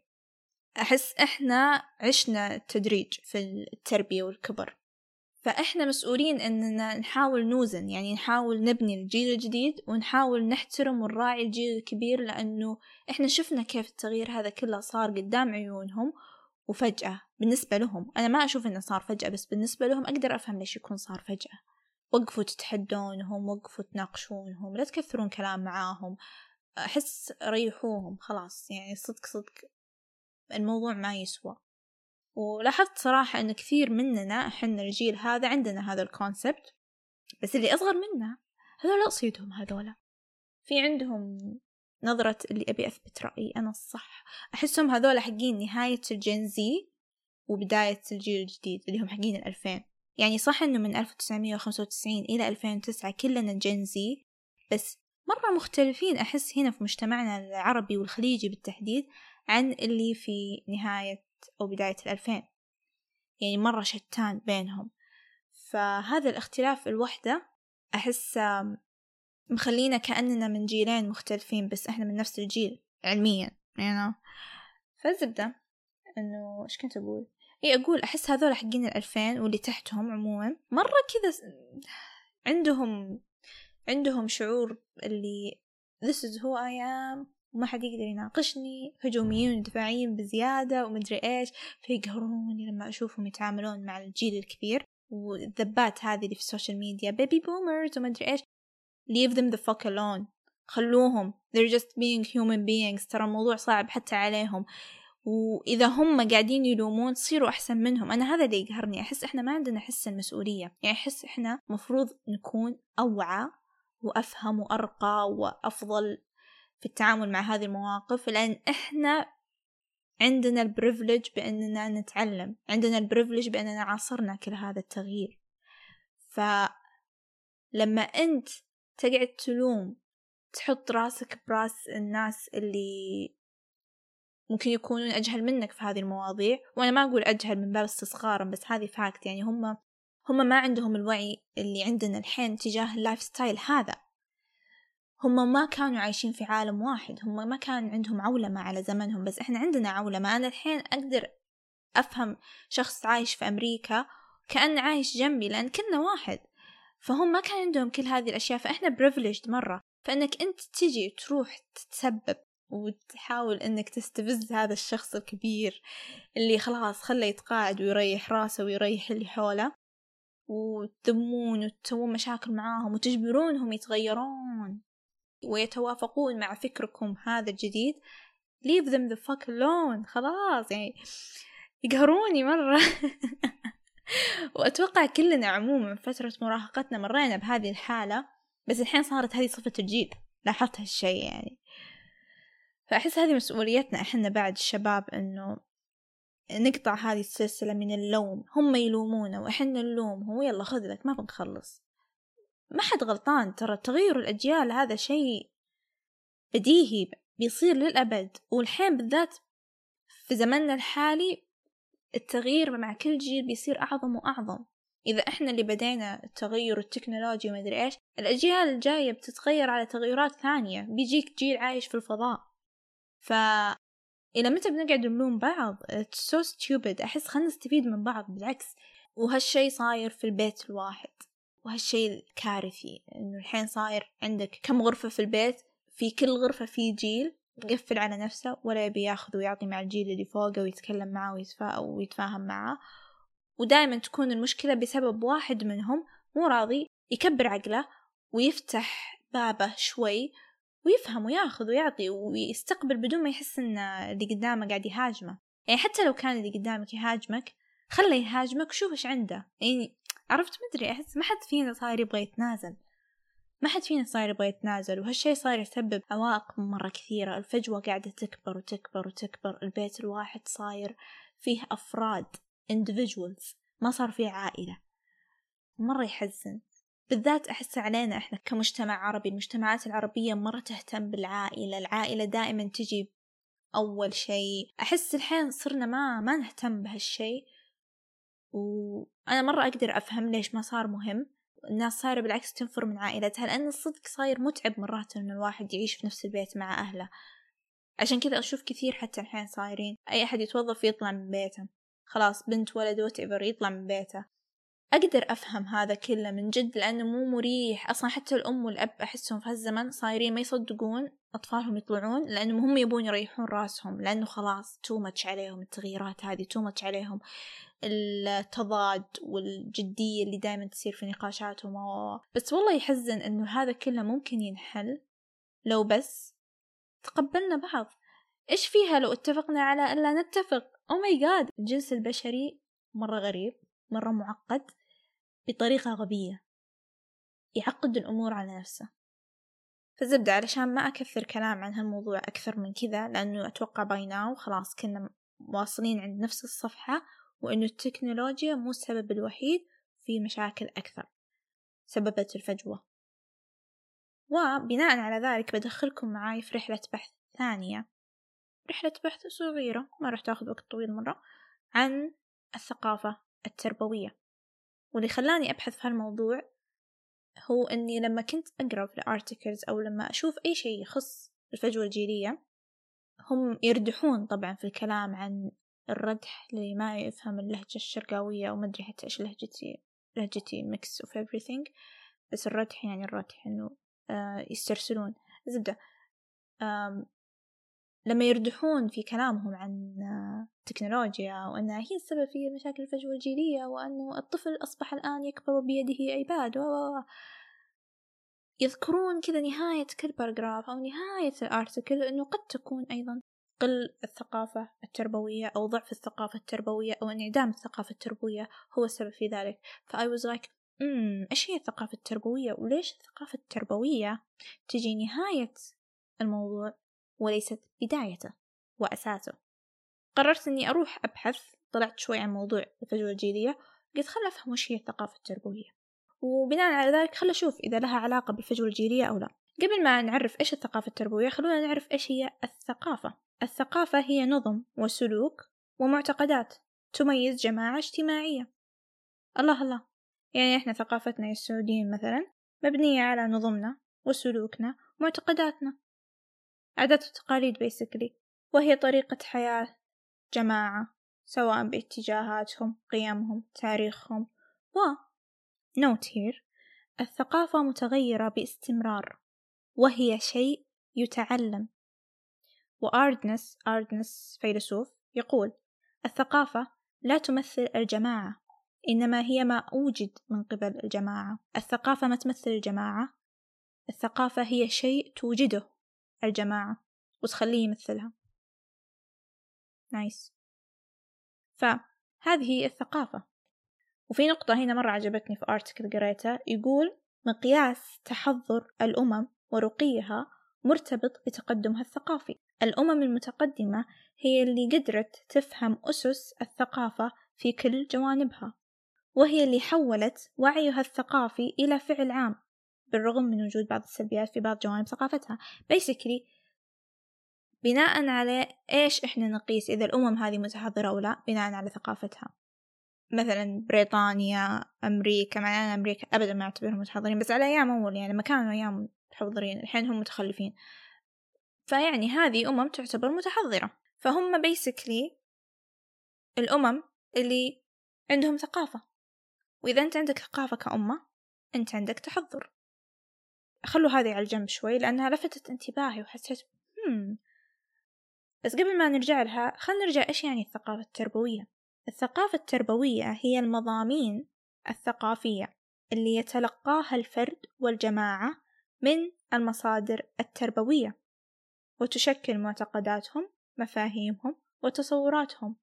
أحس إحنا عشنا تدريج في التربية والكبر، فإحنا مسؤولين أننا نحاول نوزن، يعني نحاول نبني الجيل الجديد ونحاول نحترم ونراعي الجيل الكبير، لأنه إحنا شفنا كيف التغيير هذا كله صار قدام عيونهم وفجأة. بالنسبة لهم أنا ما أشوف أنه صار فجأة، بس بالنسبة لهم أقدر أفهم ليش يكون صار فجأة. وقفوا تتحدونهم، وقفوا تناقشونهم، لا تكثرون كلام معاهم، أحس ريحوهم خلاص. يعني صدق صدق الموضوع ما يسوى. ولاحظت صراحة أن كثير مننا إحنا الجيل هذا عندنا هذا الكونسبت، بس اللي أصغر منا هذولا أصيدهم، هذولا في عندهم نظرة اللي أبي أثبت رأيي أنا الصح. أحسهم هذولا حقين نهاية الجنزي وبداية الجيل الجديد اللي هم حقين الألفين. يعني صح أنه من ألف وتسعمية وخمسة وتسعين إلى ألفين وتسعة كلنا جنزي، بس مرة مختلفين أحس هنا في مجتمعنا العربي والخليجي بالتحديد عن اللي في نهاية أو بداية الألفين، يعني مرة شتان بينهم. فهذا الاختلاف الوحدة أحس مخلينا كأننا من جيلين مختلفين، بس إحنا من نفس الجيل علميا يعني. فالزبدة إنه إيش كنت أقول؟ إيه أقول أحس هذول حقين الألفين واللي تحتهم عموما مرة كذا عندهم عندهم شعور اللي this is who I am وما حد يقدر يناقشني، هجوميين ودفاعيين بزيادة ومدري إيش، فيقهروني لما أشوفهم يتعاملون مع الجيل الكبير والذبات هذه اللي في السوشيال ميديا baby boomers ومدري إيش. leave them the fuck alone، خلوهم، they're just being human beings. ترى الموضوع صعب حتى عليهم، وإذا هم قاعدين يلومون صيروا أحسن منهم. أنا هذا اللي يقهرني، أحس إحنا ما عندنا حس المسؤولية. يعني أحس إحنا مفروض نكون أوعى وأفهم وأرقى وأفضل في التعامل مع هذه المواقف، لأن إحنا عندنا البريفليج بأننا نتعلم، عندنا البريفليج بأننا عاصرنا كل هذا التغيير. فلما أنت تقعد تلوم، تحط راسك براس الناس اللي ممكن يكونون أجهل منك في هذه المواضيع، وأنا ما أقول أجهل من باب استصغارا، بس هذه فاكت. يعني هم هم ما عندهم الوعي اللي عندنا الحين تجاه اللايف ستايل هذا. هم ما كانوا عايشين في عالم واحد، هم ما كان عندهم عولمة على زمنهم، بس إحنا عندنا عولمة. أنا الحين أقدر أفهم شخص عايش في أمريكا كأنه عايش جنبي، لأن كلنا واحد. فهم ما كان عندهم كل هذه الأشياء، فإحنا privileged مرة. فإنك أنت تجي تروح تتسبب وتحاول إنك تستفز هذا الشخص الكبير اللي خلاص خليه يتقاعد ويريح راسه ويريح اللي حوله، وتذمون وتسوون مشاكل معاهم وتجبرونهم يتغيرون ويتوافقون مع فكركم هذا الجديد. leave them the fuck alone. خلاص يعني يقهروني مرة. وأتوقع كلنا عموما فترة مراهقتنا مرينا بهذه الحالة، بس الحين صارت هذه صفة الجيل. لاحظت هالشيء يعني. فأحس هذه مسؤوليتنا إحنا بعد الشباب، إنه نقطع هذه السلسلة من اللوم. هم يلومونا وإحنا نلومهم ويلا خذ لك، ما بنخلص. ما حد غلطان. ترى تغير الأجيال هذا شيء بديهي بيصير للأبد، والحين بالذات في زمننا الحالي التغيير مع كل جيل بيصير أعظم وأعظم. إذا إحنا اللي بدينا التغير التكنولوجي وما أدري إيش، الأجيال الجاية بتتغير على تغيرات ثانية، بيجيك جيل عايش في الفضاء. فإلى متى بنقعد نلوم بعض؟ It's so stupid. أحس خلنا نستفيد من بعض بالعكس. وهالشي صاير في البيت الواحد، وهالشي كارثي إنه الحين صاير عندك كم غرفة في البيت، في كل غرفة في جيل مقفل على نفسه ولا يبي ياخذ ويعطي مع الجيل اللي فوقه ويتكلم معه ويتفا ويتفاهم معه. ودائما تكون المشكلة بسبب واحد منهم مو راضي يكبر عقله ويفتح بابه شوي ويفهم وياخذ ويعطي ويستقبل بدون ما يحس إن اللي قدامه قاعد يهاجمه. يعني حتى لو كان اللي قدامك يهاجمك، خله يهاجمك وشوف إيش عنده. يعني عرفت مدري، أحس ما حد فينا صاير يبغى يتنازل، ما حد فينا صاير يبغى يتنازل. وهالشي صاير يسبب عوائق مرة كثيرة. الفجوة قاعدة تكبر وتكبر وتكبر. البيت الواحد صاير فيه أفراد individuals، ما صار فيه عائلة. مرة يحزن. بالذات أحس علينا إحنا كمجتمع عربي. المجتمعات العربية مرة تهتم بالعائلة، العائلة دائما تجي أول شيء. أحس الحين صرنا ما ما نهتم بهالشي، وأنا مرة أقدر أفهم ليش ما صار مهم. الناس صايرة بالعكس تنفر من عائلتها، لأن الصدق صاير متعب مرات إنه الواحد يعيش في نفس البيت مع أهله. عشان كذا أشوف كثير حتى الحين صايرين أي أحد يتوظف يطلع من بيته، خلاص بنت ولد whatever يطلع من بيته. أقدر أفهم هذا كله من جد، لأنه مو مريح أصلا. حتى الأم والأب أحسهم في هالزمن صايرين ما يصدقون أطفالهم يطلعون، لأنهم هم يبون يريحون راسهم، لأنه خلاص too much عليهم التغييرات هذه، too much عليهم التضاد والجدية اللي دائما تصير في نقاشاتهم. بس والله يحزن إنه هذا كله ممكن ينحل لو بس تقبلنا بعض. إيش فيها لو اتفقنا على أن لا نتفق؟ أو ماي جاد، الجنس البشري مرة غريب، مرة معقد بطريقة غبية، يعقد الأمور على نفسه. فزبدة، علشان ما أكثر كلام عن هالموضوع أكثر من كذا، لأنه أتوقع باي ناو خلاص كنا واصلين عند نفس الصفحة، وإنه التكنولوجيا مو السبب الوحيد في مشاكل أكثر سببت الفجوة. وبناء على ذلك بدخلكم معاي في رحلة بحث ثانية، رحلة بحث صغيرة ما راح تاخذ وقت طويل مرة، عن الثقافة التربوية. واللي خلاني أبحث في هالموضوع هو أني لما كنت أقرأ في الارتيكلز أو لما أشوف أي شيء يخص الفجوة الجيلية، هم يردحون طبعا في الكلام عن الردح اللي ما يفهم اللهجة الشرقاوية، أو ما أدري حتى إيش لهجتي لهجتي mix of everything، بس الردح يعني الردح إنه آه يسترسلون. زبدة، لما يردحون في كلامهم عن التكنولوجيا وأنها هي السبب في مشاكل الفجوة الجيلية وأنه الطفل أصبح الآن يكبر بيده أيباد و يذكرون كذا نهاية كل باراجراف أو نهاية الارتكل أنه قد تكون أيضا قل الثقافة التربوية أو ضعف الثقافة التربوية أو انعدام الثقافة التربوية هو السبب في ذلك. ف I was like امم إيش هي الثقافة التربوية وليش الثقافة التربوية تجي نهاية الموضوع وليست بدايته وأساسه. قررت أني أروح أبحث، طلعت شوي عن موضوع الفجوة الجيلية، قلت خل أفهم وش هي الثقافة التربوية، وبناء على ذلك خل أشوف إذا لها علاقة بالفجوة الجيلية أو لا. قبل ما نعرف إيش الثقافة التربوية خلونا نعرف إيش هي الثقافة. الثقافة هي نظم وسلوك ومعتقدات تميز جماعة اجتماعية. الله الله، يعني إحنا ثقافتنا يا السعوديين مثلا مبنية على نظمنا وسلوكنا ومعتقداتنا، عادات وتقاليد basically، وهي طريقة حياة جماعة سواء باتجاهاتهم، قيمهم، تاريخهم. و note here الثقافة متغيرة باستمرار وهي شيء يتعلم. وأردنس أردنس فيلسوف يقول الثقافة لا تمثل الجماعة إنما هي ما أوجد من قبل الجماعة. الثقافة ما تمثل الجماعة، الثقافة هي شيء توجده الجماعة وتخليه يمثلها. نايس. فهذه هي الثقافة. وفي نقطة هنا مرة عجبتني في آرتيكل قريته، يقول مقياس تحضر الأمم ورقيها مرتبط بتقدمها الثقافي. الأمم المتقدمة هي اللي قدرت تفهم أسس الثقافة في كل جوانبها، وهي اللي حولت وعيها الثقافي إلى فعل عام بالرغم من وجود بعض السلبيات في بعض جوانب ثقافتها. basically بناء على إيش إحنا نقيس إذا الأمم هذه متحضرة أو لا؟ بناء على ثقافتها. مثلا بريطانيا، أمريكا، مع أن أمريكا أبدا ما أعتبرهم متحضرين، بس على أيام أول يعني ما كانوا أيام متحضرين، الحين هم متخلفين. فيعني هذه أمم تعتبر متحضرة، فهم basically الأمم اللي عندهم ثقافة. وإذا أنت عندك ثقافة كأمة أنت عندك تحضر. خلوا هذه على الجنب شوي لأنها لفتت انتباهي وحسيت هم. بس قبل ما نرجع لها خلنا نرجع إيش يعني الثقافة التربوية. الثقافة التربوية هي المضامين الثقافية اللي يتلقاها الفرد والجماعة من المصادر التربوية وتشكل معتقداتهم، مفاهيمهم، وتصوراتهم،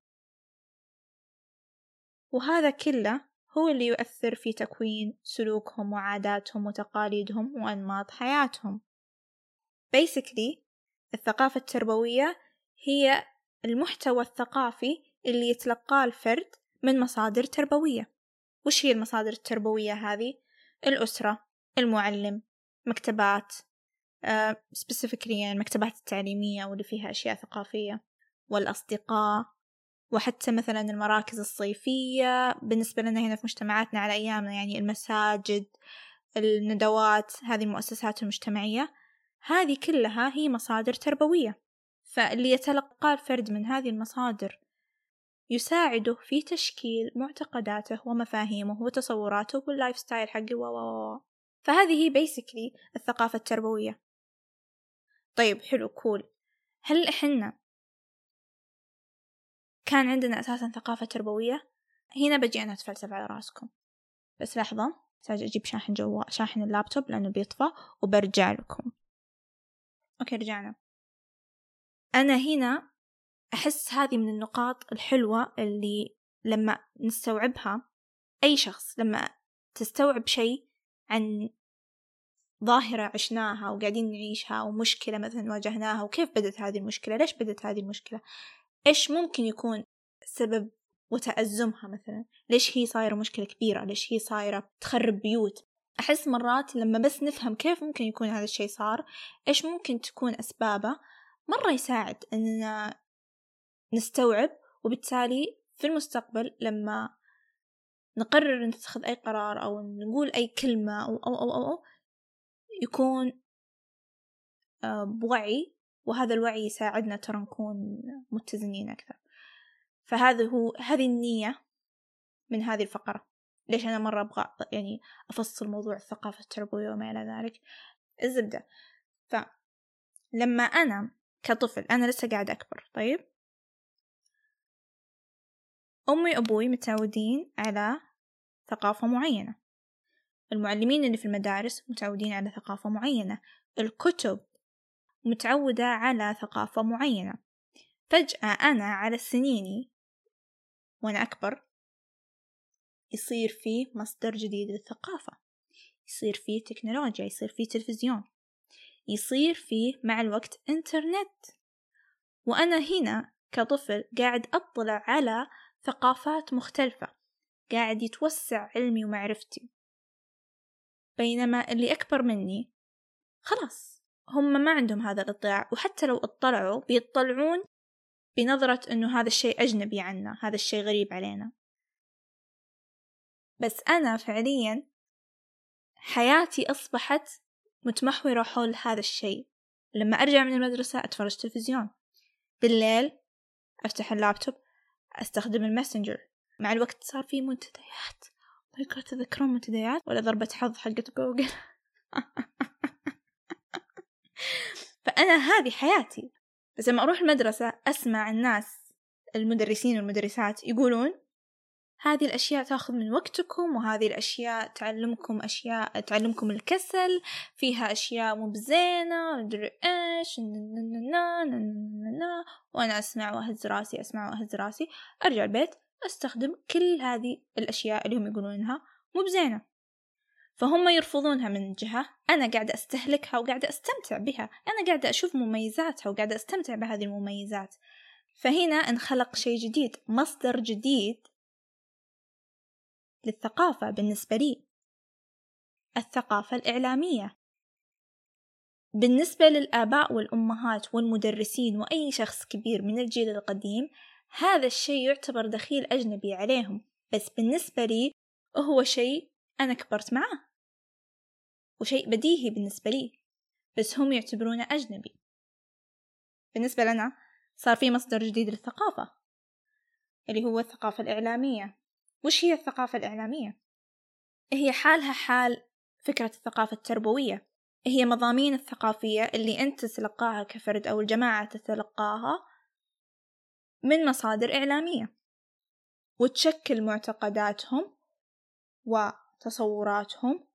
وهذا كله هو اللي يؤثر في تكوين سلوكهم وعاداتهم وتقاليدهم وأنماط حياتهم. basically الثقافة التربوية هي المحتوى الثقافي اللي يتلقاه الفرد من مصادر تربوية. وش هي المصادر التربوية هذه؟ الأسرة، المعلم، مكتبات uh, specifically يعني المكتبات التعليمية واللي فيها أشياء ثقافية، والأصدقاء، وحتى مثلا المراكز الصيفية بالنسبة لنا هنا في مجتمعاتنا على أيامنا، يعني المساجد، الندوات، هذه المؤسسات المجتمعية، هذه كلها هي مصادر تربوية. فاللي يتلقى الفرد من هذه المصادر يساعده في تشكيل معتقداته ومفاهيمه وتصوراته واللايف ستايل حقه و و فهذه هي basically الثقافة التربوية. طيب حلو كول، هل إحنا كان عندنا أساسا ثقافة تربوية؟ هنا بجي أنا أتفلسف على راسكم، بس لحظة ساجي أجيب شاحن جوا شاحن اللابتوب لأنه بيطفى وبرجع لكم. أوكي رجعنا. أنا هنا أحس هذه من النقاط الحلوة اللي لما نستوعبها، أي شخص لما تستوعب شيء عن ظاهرة عشناها وقاعدين نعيشها ومشكلة مثلا واجهناها وكيف بدت هذه المشكلة، ليش بدت هذه المشكلة، إيش ممكن يكون سبب وتأزمها، مثلا ليش هي صايرة مشكلة كبيرة، ليش هي صايرة تخرب بيوت. أحس مرات لما بس نفهم كيف ممكن يكون هذا الشيء صار، إيش ممكن تكون أسبابه، مرة يساعد أننا نستوعب، وبالتالي في المستقبل لما نقرر نتخذ أي قرار أو نقول أي كلمة أو أو أو, أو, أو يكون بوعي، وهذا الوعي يساعدنا ترى نكون متزنين أكثر. فهذا هو هذه النية من هذه الفقرة. ليش أنا مرة أبغى يعني أفصل موضوع الثقافة التربوية وما إلى ذلك. الزبدة، فلما أنا كطفل أنا لسه قاعدة أكبر. طيب أمي وأبوي متعودين على ثقافة معينة، المعلمين اللي في المدارس متعودين على ثقافة معينة، الكتب متعودة على ثقافة معينة. فجأة أنا على سنيني وأنا أكبر يصير فيه مصدر جديد للثقافة، يصير فيه تكنولوجيا، يصير فيه تلفزيون، يصير فيه مع الوقت إنترنت، وأنا هنا كطفل قاعد أطلع على ثقافات مختلفة، قاعد يتوسع علمي ومعرفتي. بينما اللي أكبر مني خلاص هم ما عندهم هذا الاطلاع، وحتى لو اطلعوا بيطلعون بنظرة أنه هذا الشيء أجنبي عنا، هذا الشيء غريب علينا. بس أنا فعليا حياتي أصبحت متمحورة حول هذا الشيء. لما أرجع من المدرسة أتفرج تلفزيون، بالليل أفتح اللابتوب أستخدم الماسنجر. مع الوقت صار في منتديات، طيب تذكرون منتديات ولا ضربة حظ حقت جوجل؟ فأنا هذه حياتي. بس لما أروح المدرسة أسمع الناس المدرسين والمدرسات يقولون هذه الأشياء تأخذ من وقتكم، وهذه الأشياء تعلمكم أشياء تعلمكم الكسل، فيها أشياء مو بزينة ندري إيش وأنا أسمع وأهز راسي أسمع وأهز راسي. أرجع البيت أستخدم كل هذه الأشياء اللي هم يقولونها مو بزينة، فهم يرفضونها من جهة، أنا قاعدة أستهلكها وقاعدة أستمتع بها، أنا قاعدة أشوف مميزاتها وقاعدة أستمتع بهذه المميزات. فهنا انخلق شيء جديد، مصدر جديد للثقافة بالنسبة لي، الثقافة الإعلامية. بالنسبة للآباء والأمهات والمدرسين وأي شخص كبير من الجيل القديم هذا الشيء يعتبر دخيل أجنبي عليهم، بس بالنسبة لي هو شيء أنا كبرت معه وشيء بديهي بالنسبة لي، بس هم يعتبرونه أجنبي. بالنسبة لنا صار في مصدر جديد للثقافة اللي هو الثقافة الإعلامية. وش هي الثقافة الإعلامية؟ هي حالها حال فكرة الثقافة التربوية، هي مضامين الثقافية اللي أنت تتلقاها كفرد أو الجماعة تتلقاها من مصادر إعلامية، وتشكل معتقداتهم وتصوراتهم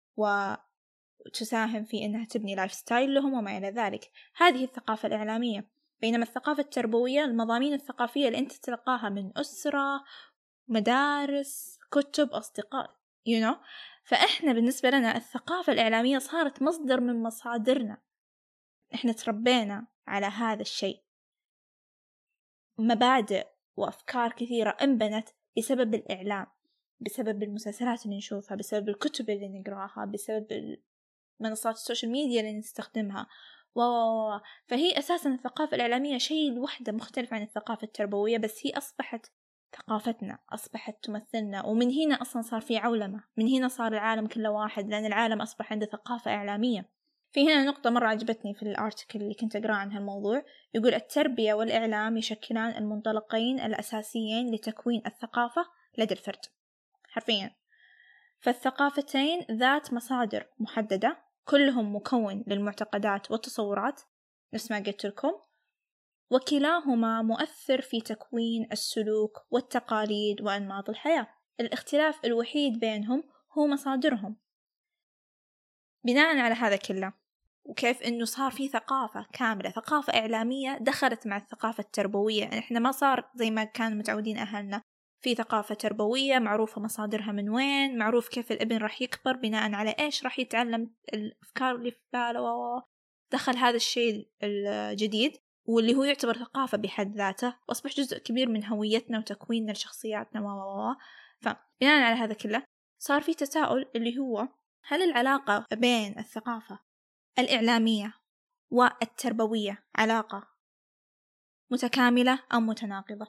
وتساهم في أنها تبني لايف ستايل لهم وما إلى ذلك. هذه الثقافة الإعلامية. بينما الثقافة التربوية المضامين الثقافية اللي أنت تتلقاها من أسرة، مدارس، كتب، أصدقاء you know. فإحنا بالنسبة لنا الثقافة الإعلامية صارت مصدر من مصادرنا، إحنا تربينا على هذا الشيء، مبادئ وأفكار كثيرة انبنت بسبب الإعلام، بسبب المسلسلات اللي نشوفها، بسبب الكتب اللي نقراها، بسبب منصات السوشيال ميديا اللي نستخدمها و... فهي أساسا الثقافة الإعلامية شيء لوحده مختلف عن الثقافة التربوية، بس هي أصبحت ثقافتنا، أصبحت تمثلنا. ومن هنا أصلا صار في عولمة، من هنا صار العالم كله واحد، لأن العالم أصبح عنده ثقافة إعلامية. في هنا نقطة مرة عجبتني في الارتيكل اللي كنت أقرأ عن هالموضوع، يقول التربية والإعلام يشكلان المنطلقين الأساسيين لتكوين الثقافة لدى الفرد حرفيا. فالثقافتين ذات مصادر محددة كلهم مكون للمعتقدات والتصورات نفس ما قلت لكم، وكلاهما مؤثر في تكوين السلوك والتقاليد وأنماط الحياة. الاختلاف الوحيد بينهم هو مصادرهم. بناء على هذا كله وكيف أنه صار في ثقافة كاملة، ثقافة إعلامية دخلت مع الثقافة التربوية. يعني إحنا ما صار زي ما كانوا متعودين أهلنا في ثقافة تربوية معروفة مصادرها من وين، معروف كيف الابن راح يكبر بناء على إيش راح يتعلم، الأفكار اللي في باله. دخل هذا الشيء الجديد واللي هو يعتبر ثقافة بحد ذاته، وأصبح جزء كبير من هويتنا وتكويننا لشخصياتنا و و فبناء على هذا كله صار في تساؤل اللي هو هل العلاقة بين الثقافة الإعلامية والتربوية علاقة متكاملة أو متناقضة؟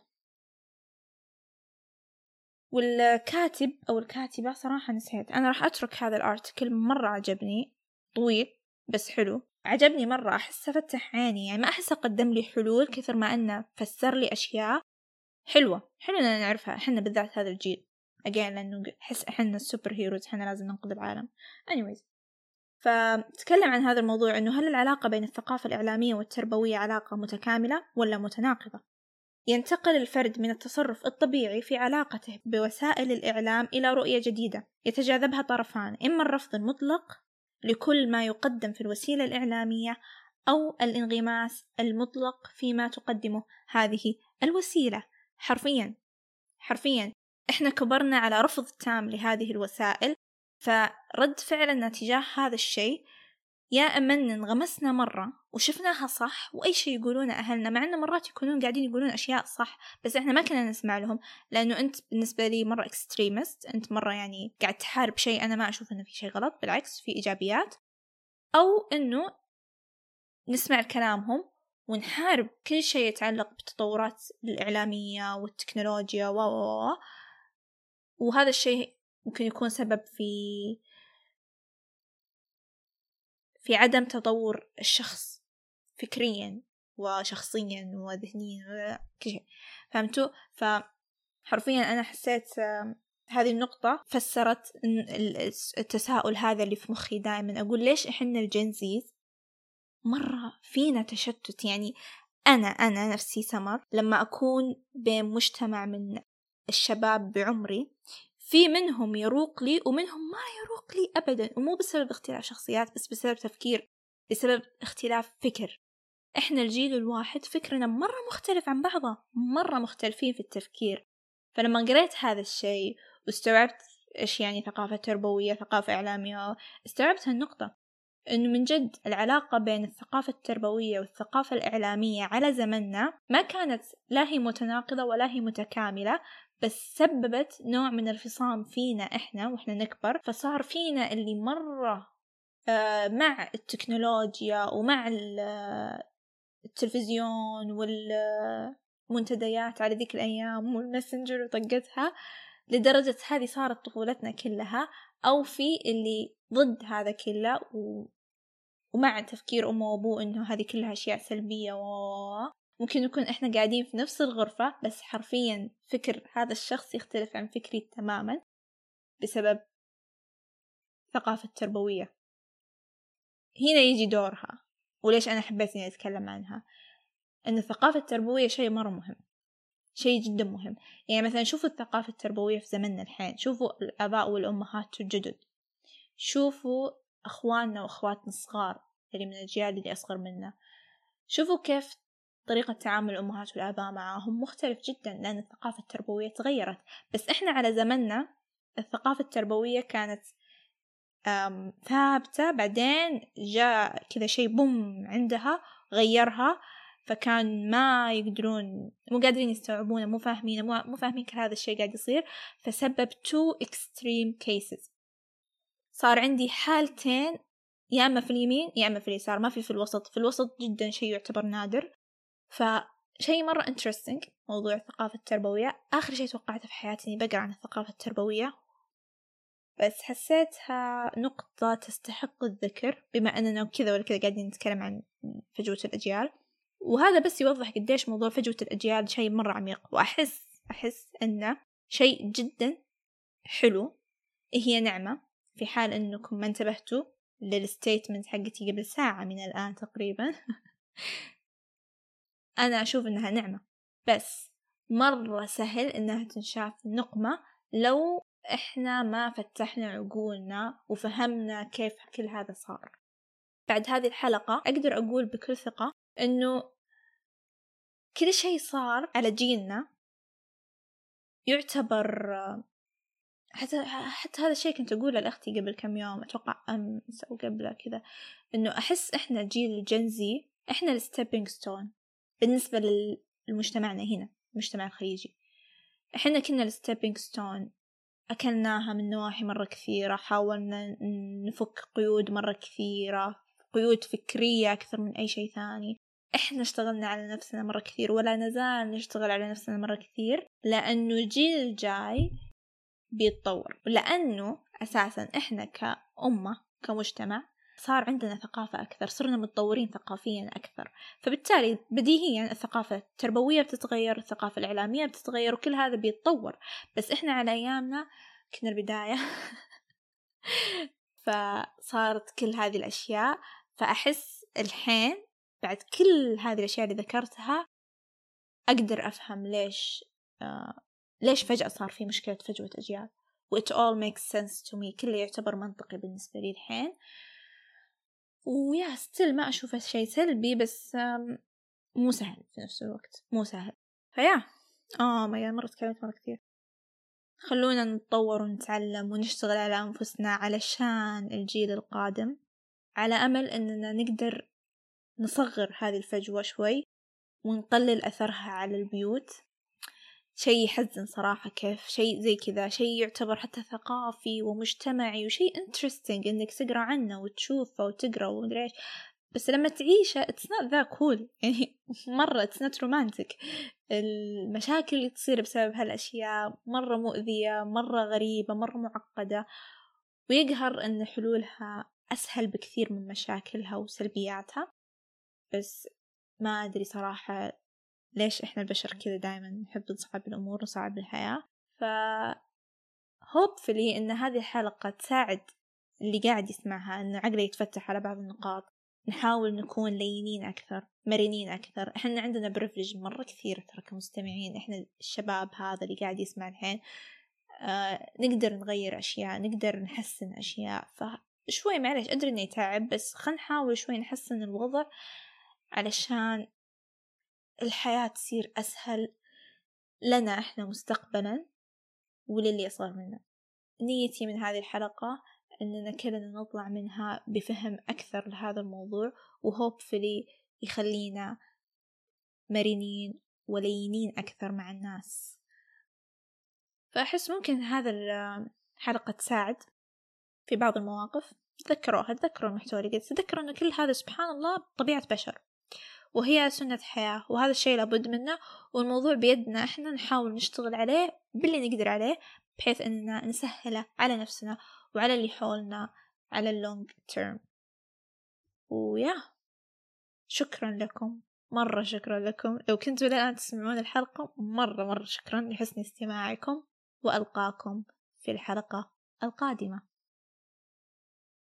والكاتب أو الكاتبة صراحة نسيت، أنا راح أترك هذا الارتكل، مرة عجبني، طويل بس حلو، عجبني مرة، أحسه فتح عيني، يعني ما أحسه قدم لي حلول كثر ما أنه فسر لي أشياء حلوة حلوة أن نعرفها إحنا بالذات هذا الجيل أجين، لأنه حس إحنا السوبر هيروز، إحنا لازم ننقذ العالم anyways. فتكلم عن هذا الموضوع إنه هل العلاقة بين الثقافة الإعلامية والتربوية علاقة متكاملة ولا متناقضة؟ ينتقل الفرد من التصرف الطبيعي في علاقته بوسائل الإعلام إلى رؤية جديدة يتجاذبها طرفان، إما الرفض المطلق لكل ما يقدم في الوسيلة الإعلامية أو الانغماس المطلق فيما تقدمه هذه الوسيلة. حرفيا حرفيا إحنا كبرنا على رفض تام لهذه الوسائل، فرد فعلنا تجاه هذا الشيء يا أما انغمسنا مرة وشفناها صح وأي شيء يقولونه أهلنا، مع أن مرات يكونون قاعدين يقولون أشياء صح بس إحنا ما كنا نسمع لهم، لأنه أنت بالنسبة لي مرة إكستريمست، أنت مرة يعني قاعد تحارب شيء أنا ما أشوف أنه في شيء غلط، بالعكس في إيجابيات. أو أنه نسمع كلامهم ونحارب كل شيء يتعلق بالتطورات الإعلامية والتكنولوجيا و و وهذا الشيء ممكن يكون سبب في في عدم تطور الشخص فكريا وشخصيا وذهنيا كل شيء، فهمتوا؟ فحرفيا أنا حسيت هذه النقطة فسرت التساؤل هذا اللي في مخي دائما، أقول ليش إحنا الجنزيز مرة فينا تشتت. يعني أنا أنا نفسي سمر لما أكون بين مجتمع من الشباب بعمري، في منهم يروق لي ومنهم ما يروق لي أبدا، ومو بسبب اختلاف شخصيات بس بسبب تفكير، بسبب اختلاف فكر. إحنا الجيل الواحد فكرنا مرة مختلف عن بعضه، مرة مختلفين في التفكير. فلما قريت هذا الشيء واستوعبت إيش يعني ثقافة تربوية ثقافة إعلامية، استوعبت هالنقطة إنه من جد العلاقة بين الثقافة التربوية والثقافة الإعلامية على زمننا ما كانت لا هي متناقضة ولا هي متكاملة، بس سببت نوع من الفصام فينا إحنا وإحنا نكبر، فصار فينا اللي مرة آه مع التكنولوجيا ومع التلفزيون والمنتديات على ذيك الأيام والماسنجر وطقتها، لدرجة هذه صارت طفولتنا كلها، أو في اللي ضد هذا كله و... ومع تفكير أمه وأبوه إنه هذه كلها أشياء سلبية و... ممكن نكون إحنا قاعدين في نفس الغرفة بس حرفيا فكر هذا الشخص يختلف عن فكري تماما بسبب ثقافة تربوية. هنا يجي دورها، وليش أنا حبيت إني أتكلم عنها، أن الثقافة التربوية شيء مرة مهم، شيء جدا مهم. يعني مثلا شوفوا الثقافة التربوية في زمننا الحين، شوفوا الآباء والأمهات الجدد، شوفوا أخواننا وأخواتنا الصغار اللي من الأجيال اللي أصغر منا، شوفوا كيف طريقة تعامل الأمهات والآباء معهم مختلف جدا، لأن الثقافة التربوية تغيرت. بس إحنا على زمننا الثقافة التربوية كانت ثابتة، بعدين جاء كذا شيء بوم عندها غيرها، فكان ما يقدرون، مو قادرين يستوعبونه، مو فاهمين مو فاهمين كل هذا الشيء قاعد يصير، فسبب two extreme cases. صار عندي حالتين، يا أما في اليمين يا أما في اليسار، ما في في الوسط. في الوسط جدا شيء يعتبر نادر. فشيء مرة interesting موضوع الثقافة التربوية. آخر شيء توقعته في حياتي إني بقرأ عن الثقافة التربوية، بس حسيتها نقطة تستحق الذكر بما أننا كذا ولا كذا قاعدين نتكلم عن فجوة الأجيال، وهذا بس يوضح قديش موضوع فجوة الأجيال شيء مرة عميق. وأحس أحس أنه شيء جدا حلو، هي نعمة في حال أنكم ما انتبهتوا للستيتمنت حقتي قبل ساعة من الآن تقريبا. أنا أشوف أنها نعمة، بس مرة سهل أنها تنشاف نقمة لو إحنا ما فتحنا عقولنا وفهمنا كيف كل هذا صار. بعد هذه الحلقة أقدر أقول بكل ثقة أنه كل شيء صار على جيلنا يعتبر، حتى حتى هذا الشيء كنت أقوله لأختي قبل كم يوم، أتوقع أمس أو قبله كذا، إنه أحس إحنا جيل الجنزي إحنا الستيبينج ستون بالنسبة للمجتمعنا هنا، المجتمع الخليجي. إحنا كنا الستيبينج ستون، أكلناها من نواحي مرة كثيرة، حاولنا نفك قيود مرة كثيرة، قيود فكرية أكثر من أي شيء ثاني. إحنا اشتغلنا على نفسنا مرة كثير ولا نزال نشتغل على نفسنا مرة كثير، لأنه الجيل الجاي بيتطور، لأنه أساساً إحنا كأمة كمجتمع صار عندنا ثقافة أكثر، صرنا متطورين ثقافياً أكثر، فبالتالي بديهياً الثقافة التربوية بتتغير، الثقافة الإعلامية بتتغير، وكل هذا بيتطور. بس إحنا على أيامنا كنا البداية. فصارت كل هذه الأشياء. فأحس الحين بعد كل هذه الأشياء اللي ذكرتها أقدر أفهم ليش آه ليش فجأة صار في مشكلة فجوة أجيال. It all makes sense to me. كله يعتبر منطقي بالنسبة لي الحين. ويا ستيل ما أشوفه شيء سلبي، بس مو سهل في نفس الوقت، مو سهل. فيا آه ما مرة تكلمت مرة كثير. خلونا نتطور ونتعلم ونشتغل على أنفسنا علشان الجيل القادم، على أمل أننا نقدر نصغر هذه الفجوة شوي ونقلل أثرها على البيوت. شيء يحزن صراحة كيف شيء زي كذا، شيء يعتبر حتى ثقافي ومجتمعي وشيء interesting إنك تقرأ عنه وتشوفه وتقرأ ومدري إيش، بس لما تعيشه it's not that cool يعني مرة it's not romantic. المشاكل اللي تصير بسبب هالأشياء مرة مؤذية، مرة غريبة، مرة معقدة، ويقهر أن حلولها أسهل بكثير من مشاكلها وسلبياتها. بس ما أدري صراحة ليش إحنا البشر كذا دائما نحب نصعب الأمور ونصعب الحياة. ف hopefully إن هذه الحلقة تساعد اللي قاعد يسمعها إنه عقله يتفتح على بعض النقاط. نحاول نكون لينين أكثر، مرنين أكثر. إحنا عندنا بريفليج مرة كثير ترى كمستمعين، إحنا الشباب هذا اللي قاعد يسمع الحين آه نقدر نغير أشياء، نقدر نحسن أشياء. فشوي معلش أدري إنه يتعب، بس خلنا نحاول شوي نحسن الوضع علشان الحياة تصير أسهل لنا إحنا مستقبلا وللي يصغر منا. نيتي من هذه الحلقة أننا كلنا نطلع منها بفهم أكثر لهذا الموضوع، وهوبفلي يخلينا مرنين ولينين أكثر مع الناس. فأحس ممكن هذا الحلقة تساعد في بعض المواقف. تذكروها، تذكروا المحتوى اللي قلت، تذكروا أن كل هذا سبحان الله طبيعة بشر وهي سنة حياة، وهذا الشيء لابد منه، والموضوع بيدنا إحنا نحاول نشتغل عليه باللي نقدر عليه بحيث أننا نسهله على نفسنا وعلى اللي حولنا على اللونج تيرم. ويا شكرا لكم، مرة شكرا لكم لو كنتوا الآن تسمعون الحلقة، مرة مرة شكرا لحسن استماعكم، وألقاكم في الحلقة القادمة.